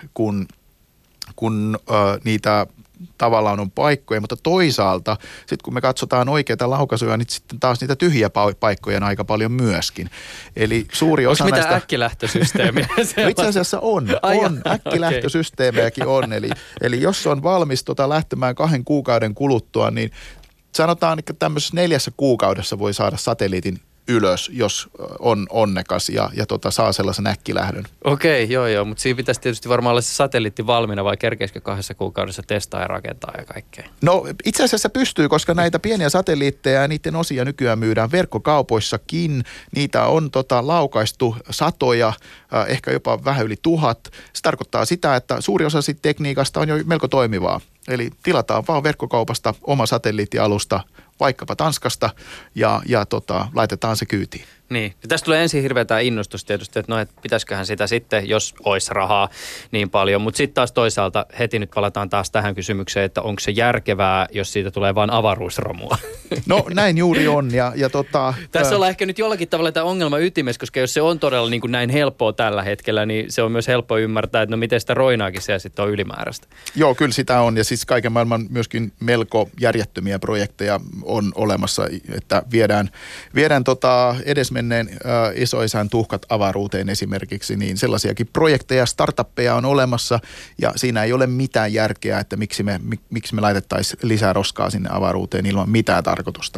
kuin niitä tavallaan on paikkoja, mutta toisaalta sitten kun me katsotaan oikeita laukaisuja, niin sitten taas niitä tyhjiä paikkoja on aika paljon myöskin. Eli suuri osa näistä... näistä... äkkilähtösysteemiä? Itse asiassa on äkkilähtösysteemejäkin on. Eli jos on valmis lähtemään 2 kuukauden kuluttua, niin sanotaan, että tämmöisessä 4 kuukaudessa voi saada satelliitin ylös, jos on onnekas ja saa sellaisen äkkilähdön. Okei, joo, mutta siinä pitäisi tietysti varmaan olla se satelliitti valmiina vai kerkeisikö 2 kuukaudessa testaa ja rakentaa ja kaikkea? No itse asiassa pystyy, koska näitä pieniä satelliitteja ja niiden osia nykyään myydään verkkokaupoissakin. Niitä on laukaistu satoja, ehkä jopa vähän yli 1000. Se tarkoittaa sitä, että suuri osa siitä tekniikasta on jo melko toimivaa. Eli tilataan vaan verkkokaupasta oma satelliittialusta, vaikkapa Tanskasta, ja laitetaan se kyytiin. Niin. Ja tästä tulee ensin hirveätä innostus tietysti, että pitäisiköhän sitä sitten, jos olisi rahaa niin paljon. Mutta sitten taas toisaalta heti nyt palataan taas tähän kysymykseen, että onko se järkevää, jos siitä tulee vain avaruusromua? No näin juuri on. Tässä ollaan ehkä nyt jollakin tavalla tämä ongelma ytimessä, koska jos se on todella niin kuin näin helppoa tällä hetkellä, niin se on myös helppo ymmärtää, että miten sitä roinaakin siellä sitten on ylimääräistä. Joo, kyllä sitä on. Ja siis kaiken maailman myöskin melko järjettömiä projekteja on olemassa, että viedään edesmenneen isoisän tuhkat avaruuteen esimerkiksi, niin sellaisiakin projekteja, startuppeja on olemassa ja siinä ei ole mitään järkeä, että miksi me laitettaisiin lisää roskaa sinne avaruuteen ilman mitään tarkoitusta.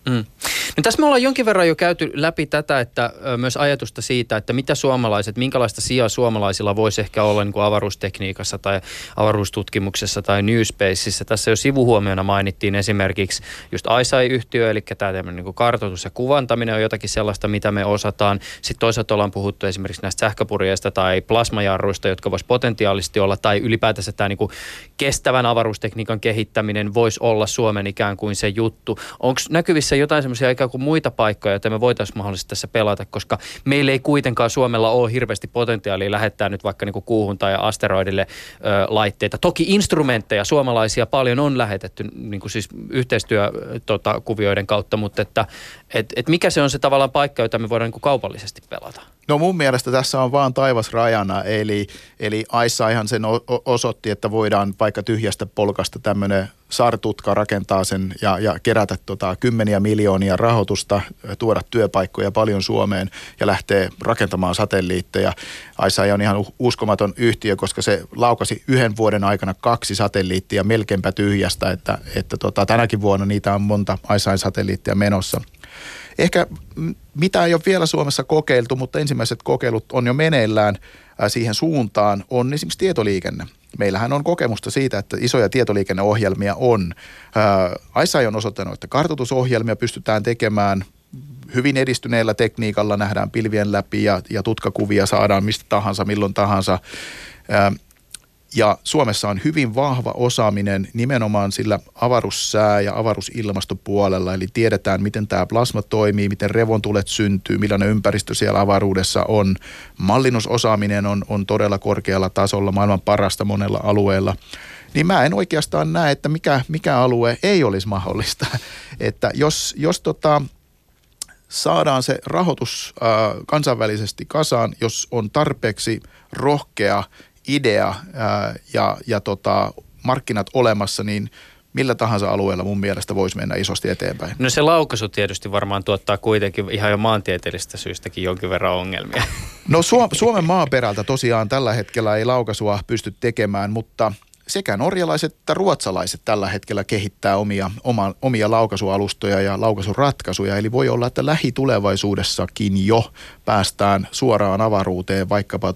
No tässä me ollaan jonkin verran jo käyty läpi tätä, että myös ajatusta siitä, että minkälaista sijaa suomalaisilla voisi ehkä olla niin kuin avaruustekniikassa tai avaruustutkimuksessa tai New Spaceissa. Tässä jo sivuhuomiona mainittiin esimerkiksi just ICEYE-yhtiö, eli tämä tämmöinen niin kuin kartoitus ja kuvantaminen on jotakin sellaista, mitä me osataan. Sitten toisaalta ollaan puhuttu esimerkiksi näistä sähköpurjeista tai plasmajarruista, jotka voisi potentiaalisesti olla, tai ylipäätänsä tämä niin kuin kestävän avaruustekniikan kehittäminen voisi olla Suomen ikään kuin se juttu. Onko näkyvissä missä jotain semmoisia ikään kuin muita paikkoja, joita me voitaisiin mahdollisesti tässä pelata, koska meillä ei kuitenkaan Suomella ole hirveästi potentiaalia lähettää nyt vaikka niin kuin kuuhun tai asteroidille laitteita. Toki instrumentteja suomalaisia paljon on lähetetty niin kuin siis yhteistyökuvioiden kautta, mutta että mikä se on se tavallaan paikka, jota me voidaan niin kuin kaupallisesti pelata? No mun mielestä tässä on vaan taivas rajana, eli ICEYhan sen osoitti, että voidaan vaikka tyhjästä polkasta tämmöinen saartutka rakentaa sen ja kerätä kymmeniä miljoonia rahoitusta, tuoda työpaikkoja paljon Suomeen ja lähtee rakentamaan satelliitteja. ICEY on ihan uskomaton yhtiö, koska se laukasi 1 vuoden aikana 2 satelliittia melkeinpä tyhjästä, että tänäkin vuonna niitä on monta ICEY-satelliittia menossa. Ehkä mitä ei ole vielä Suomessa kokeiltu, mutta ensimmäiset kokeilut on jo meneillään siihen suuntaan, on esimerkiksi tietoliikenne. Meillähän on kokemusta siitä, että isoja tietoliikenneohjelmia on. ICEY on osoittanut, että kartoitusohjelmia pystytään tekemään hyvin edistyneellä tekniikalla, nähdään pilvien läpi ja tutkakuvia saadaan mistä tahansa, milloin tahansa. Ja Suomessa on hyvin vahva osaaminen nimenomaan sillä avaruussää- ja avaruusilmastopuolella, eli tiedetään, miten tämä plasma toimii, miten revontulet syntyy, millainen ympäristö siellä avaruudessa on. Mallinnusosaaminen on todella korkealla tasolla, maailman parasta monella alueella. Niin mä en oikeastaan näe, että mikä alue ei olisi mahdollista. Että jos saadaan se rahoitus kansainvälisesti kasaan, jos on tarpeeksi rohkea idea ja markkinat olemassa, niin millä tahansa alueella mun mielestä voisi mennä isosti eteenpäin. No se laukaisu tietysti varmaan tuottaa kuitenkin ihan jo maantieteellisistä syystäkin jonkin verran ongelmia. No Suomen maaperältä tosiaan tällä hetkellä ei laukaisua pysty tekemään, mutta sekä norjalaiset että ruotsalaiset tällä hetkellä kehittää omia laukaisualustoja ja laukaisuratkaisuja. Eli voi olla, että lähitulevaisuudessakin jo päästään suoraan avaruuteen vaikkapa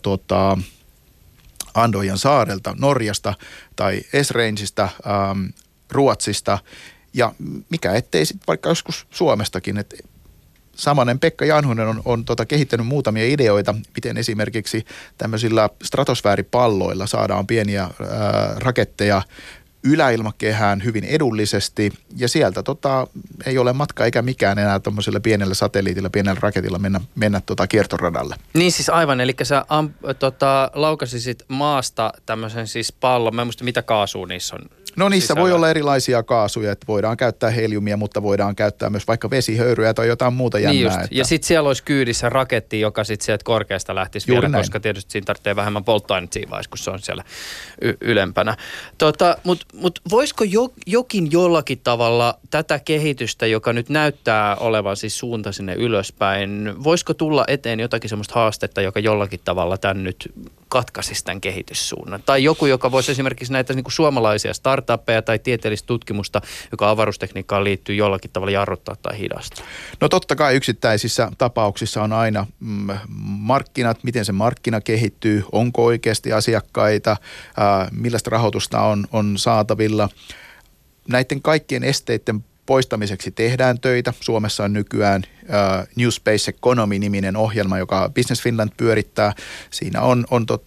Andøyan saarelta, Norjasta tai Esrangeista, Ruotsista ja mikä ettei sitten vaikka joskus Suomestakin, että samainen Pekka Janhunen on kehittänyt muutamia ideoita, miten esimerkiksi tämmöisillä stratosfääripalloilla saadaan pieniä raketteja yläilmakehään hyvin edullisesti ja sieltä ei ole matka eikä mikään enää tuommoisella pienellä satelliitilla, pienellä raketilla mennä kiertoradalle. Niin siis aivan, eli sä laukasisit maasta tämmöisen siis pallon, mä en muista mitä kaasua niissä on. No niissä voi olla erilaisia kaasuja, että voidaan käyttää heliumia, mutta voidaan käyttää myös vaikka vesihöyryä tai jotain muuta jännää. Niin just. Ja sitten siellä olisi kyydissä raketti, joka sitten sieltä korkeasta lähtisi juuri vielä, näin. Koska tietysti siinä tarvitsee vähemmän polttoaineet siinä vaiheessa, kun se on siellä ylempänä. Mutta voisiko jokin jollakin tavalla tätä kehitystä, joka nyt näyttää olevan siis suunta sinne ylöspäin, voisiko tulla eteen jotakin semmoista haastetta, joka jollakin tavalla tämän nyt katkaisisi tämän kehityssuunnan? Tai joku, joka voisi esimerkiksi näitä niin kuin suomalaisia startuppeja tai tieteellistä tutkimusta, joka avaruustekniikkaan liittyy, jollakin tavalla jarruttaa tai hidastaa? No totta kai yksittäisissä tapauksissa on aina markkinat, miten se markkina kehittyy, onko oikeasti asiakkaita, millaista rahoitusta on saatavilla. Näiden kaikkien esteiden poistamiseksi tehdään töitä. Suomessa on nykyään New Space Economy-niminen ohjelma, joka Business Finland pyörittää. Siinä on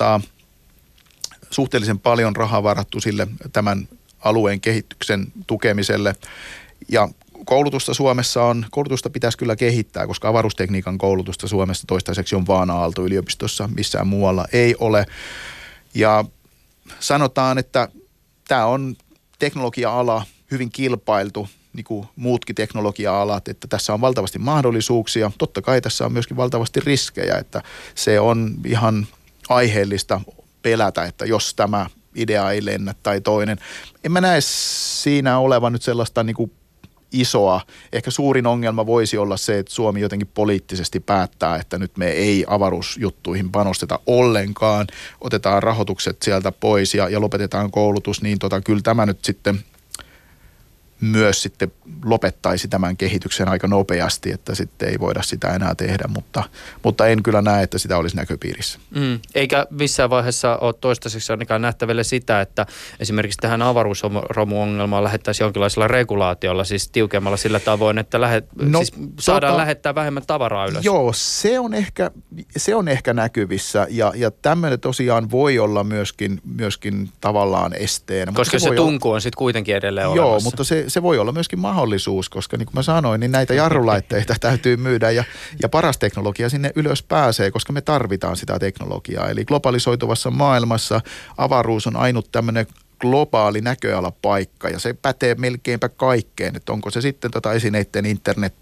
suhteellisen paljon rahaa varattu sille tämän alueen kehityksen tukemiselle. Ja koulutusta pitäisi kyllä kehittää, koska avaruustekniikan koulutusta Suomessa toistaiseksi on vaan Aalto-yliopistossa, missään muualla ei ole. Ja sanotaan, että tämä on teknologia-ala hyvin kilpailtu, niin kuin muutkin teknologia-alat, että tässä on valtavasti mahdollisuuksia. Totta kai tässä on myöskin valtavasti riskejä, että se on ihan aiheellista pelätä, että jos tämä idea ei lennä tai toinen. En mä näe siinä olevan nyt sellaista niin kuin isoa. Ehkä suurin ongelma voisi olla se, että Suomi jotenkin poliittisesti päättää, että nyt me ei avaruusjuttuihin panosteta ollenkaan. Otetaan rahoitukset sieltä pois ja lopetetaan koulutus, niin kyllä tämä nyt sitten myös sitten lopettaisi tämän kehityksen aika nopeasti, että sitten ei voida sitä enää tehdä, mutta en kyllä näe, että sitä olisi näköpiirissä. Eikä missään vaiheessa ole toistaiseksi ainakaan nähtäville sitä, että esimerkiksi tähän avaruusromuongelmaan lähettäisiin jonkinlaisella regulaatiolla, siis tiukemmalla sillä tavoin, että saadaan lähettää vähemmän tavaraa ylös. Joo, se on ehkä näkyvissä ja tämmöinen tosiaan voi olla myöskin tavallaan esteenä. Koska se tunku on sitten kuitenkin edelleen olemassa. Joo, mutta se voi olla myöskin mahdollisuus, koska niin kuin mä sanoin, niin näitä jarrulaitteita täytyy myydä ja paras teknologia sinne ylös pääsee, koska me tarvitaan sitä teknologiaa. Eli globalisoituvassa maailmassa avaruus on ainut tämmöinen globaali näköalapaikka ja se pätee melkeinpä kaikkeen, että onko se sitten esineiden internet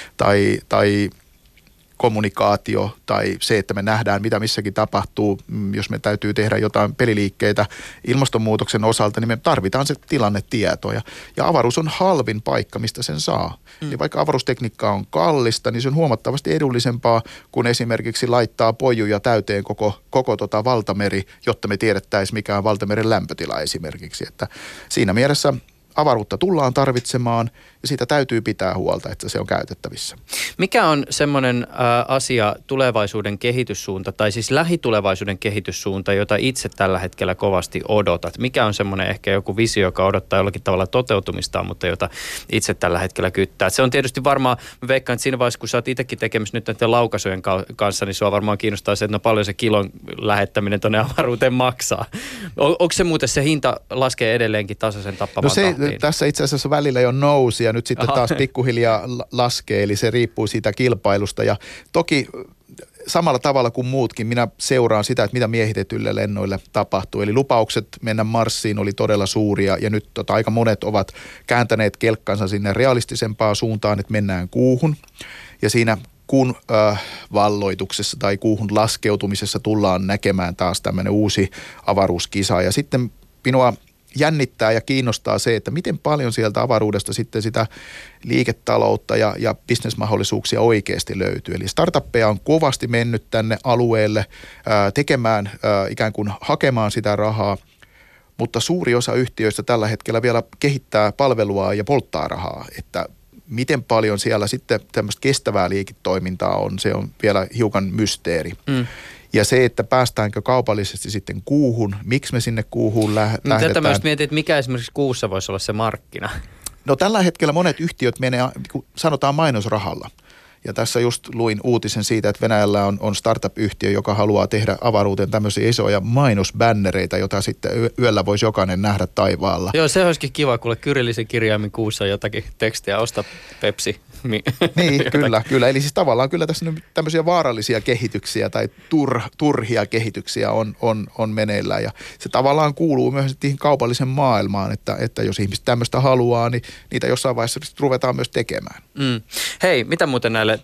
tai kommunikaatio tai se, että me nähdään, mitä missäkin tapahtuu, jos me täytyy tehdä jotain peliliikkeitä ilmastonmuutoksen osalta, niin me tarvitaan se tilannetieto. Ja avaruus on halvin paikka, mistä sen saa. Eli vaikka avaruustekniikka on kallista, niin se on huomattavasti edullisempaa kuin esimerkiksi laittaa pojuja täyteen koko valtameri, jotta me tiedettäisiin, mikä on valtameren lämpötila esimerkiksi. Että siinä mielessä avaruutta tullaan tarvitsemaan ja siitä täytyy pitää huolta, että se on käytettävissä. Mikä on semmoinen asia, tulevaisuuden kehityssuunta tai siis lähitulevaisuuden kehityssuunta, jota itse tällä hetkellä kovasti odotat? Mikä on semmoinen ehkä joku visio, joka odottaa jollakin tavalla toteutumistaan, mutta jota itse tällä hetkellä kyttää? Se on tietysti varmaan, mä veikkaan, että siinä vaiheessa, kun sä oot itsekin tekemässä nyt näiden laukaisujen kanssa, niin sua varmaan kiinnostaa se, että no paljon se kilon lähettäminen tuonne avaruuteen maksaa. Onko se muuten se hinta laskee edelleenkin tasaisen tappamaan tahtiin? Tässä itse asiassa välillä jo nousi ja nyt sitten taas pikkuhiljaa laskee, eli se riippuu siitä kilpailusta. Ja toki samalla tavalla kuin muutkin, minä seuraan sitä, että mitä miehitetyille lennoille tapahtuu. Eli lupaukset mennä Marsiin oli todella suuria ja nyt aika monet ovat kääntäneet kelkkansa sinne realistisempaan suuntaan, että mennään kuuhun. Ja siinä kuun valloituksessa tai kuuhun laskeutumisessa tullaan näkemään taas tämmöinen uusi avaruuskisa. Ja sitten minua jännittää ja kiinnostaa se, että miten paljon sieltä avaruudesta sitten sitä liiketaloutta ja bisnesmahdollisuuksia oikeasti löytyy. Eli startuppeja on kovasti mennyt tänne alueelle tekemään, ikään kuin hakemaan sitä rahaa, mutta suuri osa yhtiöistä tällä hetkellä vielä kehittää palvelua ja polttaa rahaa, että miten paljon siellä sitten tämmöistä kestävää liiketoimintaa on, se on vielä hiukan mysteeri. Ja se, että päästäänkö kaupallisesti sitten kuuhun, miksi me sinne kuuhun lähdetään. Tätä mä just mietin, että mikä esimerkiksi kuussa voisi olla se markkina. No tällä hetkellä monet yhtiöt menee, sanotaan mainosrahalla. Ja tässä just luin uutisen siitä, että Venäjällä on startup-yhtiö, joka haluaa tehdä avaruuteen tämmöisiä isoja mainosbännereitä, jota sitten yöllä voisi jokainen nähdä taivaalla. Joo, se olisikin kiva, kuule kyrillisen kirjaimin kuussa jotakin tekstiä, osta Pepsi. Niin, kyllä. Eli siis tavallaan kyllä tässä nyt tämmöisiä vaarallisia kehityksiä tai turhia kehityksiä on meneillään. Ja se tavallaan kuuluu myös siihen kaupallisen maailmaan, että jos ihmiset tämmöistä haluaa, niin niitä jossain vaiheessa ruvetaan myös tekemään. Hei, mitä muuten näille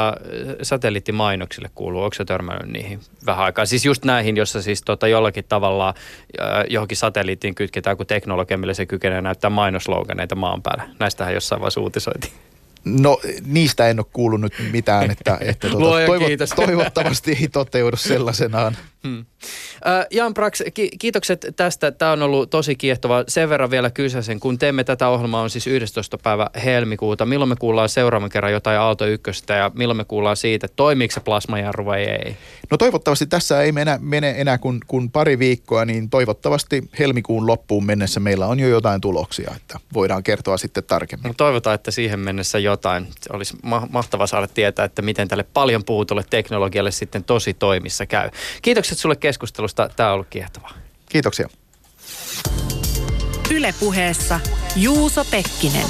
satelliittimainoksille kuuluu? Onko se törmännyt niihin vähän aikaa? Siis just näihin, jossa siis jollakin tavalla johonkin satelliittiin kytketään joku teknologia, millä se kykenee näyttää mainosloganeita maan päällä. Näistähän jossain vaiheessa uutisoitiin. No niistä en ole kuullut nyt mitään, että toivottavasti ei toteudu sellaisenaan. Jan Brax, kiitokset tästä. Tämä on ollut tosi kiehtovaa. Sen verran vielä kysäsen, kun teemme tätä ohjelmaa on siis 11. päivä helmikuuta. Milloin me kuullaan seuraavan kerran jotain Aalto ykköstä ja milloin me kuullaan siitä, että toimiiko se plasmajarru vai ei? No toivottavasti tässä ei mene enää kuin pari viikkoa, niin toivottavasti helmikuun loppuun mennessä meillä on jo jotain tuloksia, että voidaan kertoa sitten tarkemmin. No toivotaan, että siihen mennessä jotain. Olisi mahtavaa saada tietää, että miten tälle paljon puhutulle teknologialle sitten tosi toimissa käy. Kiitokset sulle keskustelusta. Tämä on ollut kiehtovaa. Kiitoksia. Yle Puheessa Juuso Pekkinen.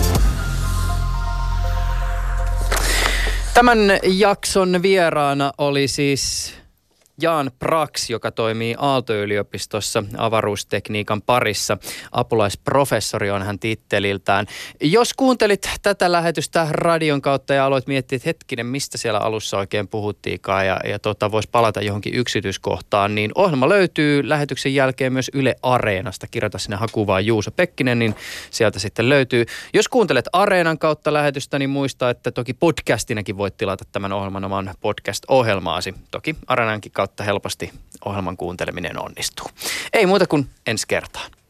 Tämän jakson vieraana oli siis Jan Brax, joka toimii Aalto-yliopistossa avaruustekniikan parissa. Apulaisprofessori on hän titteliltään. Jos kuuntelit tätä lähetystä radion kautta ja aloit miettiä, että hetkinen, mistä siellä alussa oikein puhuttiinkaan ja voisi palata johonkin yksityiskohtaan, niin ohjelma löytyy lähetyksen jälkeen myös Yle Areenasta. Kirjoita sinne hakuvaan Juuso Pekkinen, niin sieltä sitten löytyy. Jos kuuntelet Areenan kautta lähetystä, niin muista, että toki podcastinakin voit tilata tämän ohjelman oman podcast-ohjelmaasi. Toki Areenankin kautta helposti ohjelman kuunteleminen onnistuu. Ei muuta kuin ensi kertaan.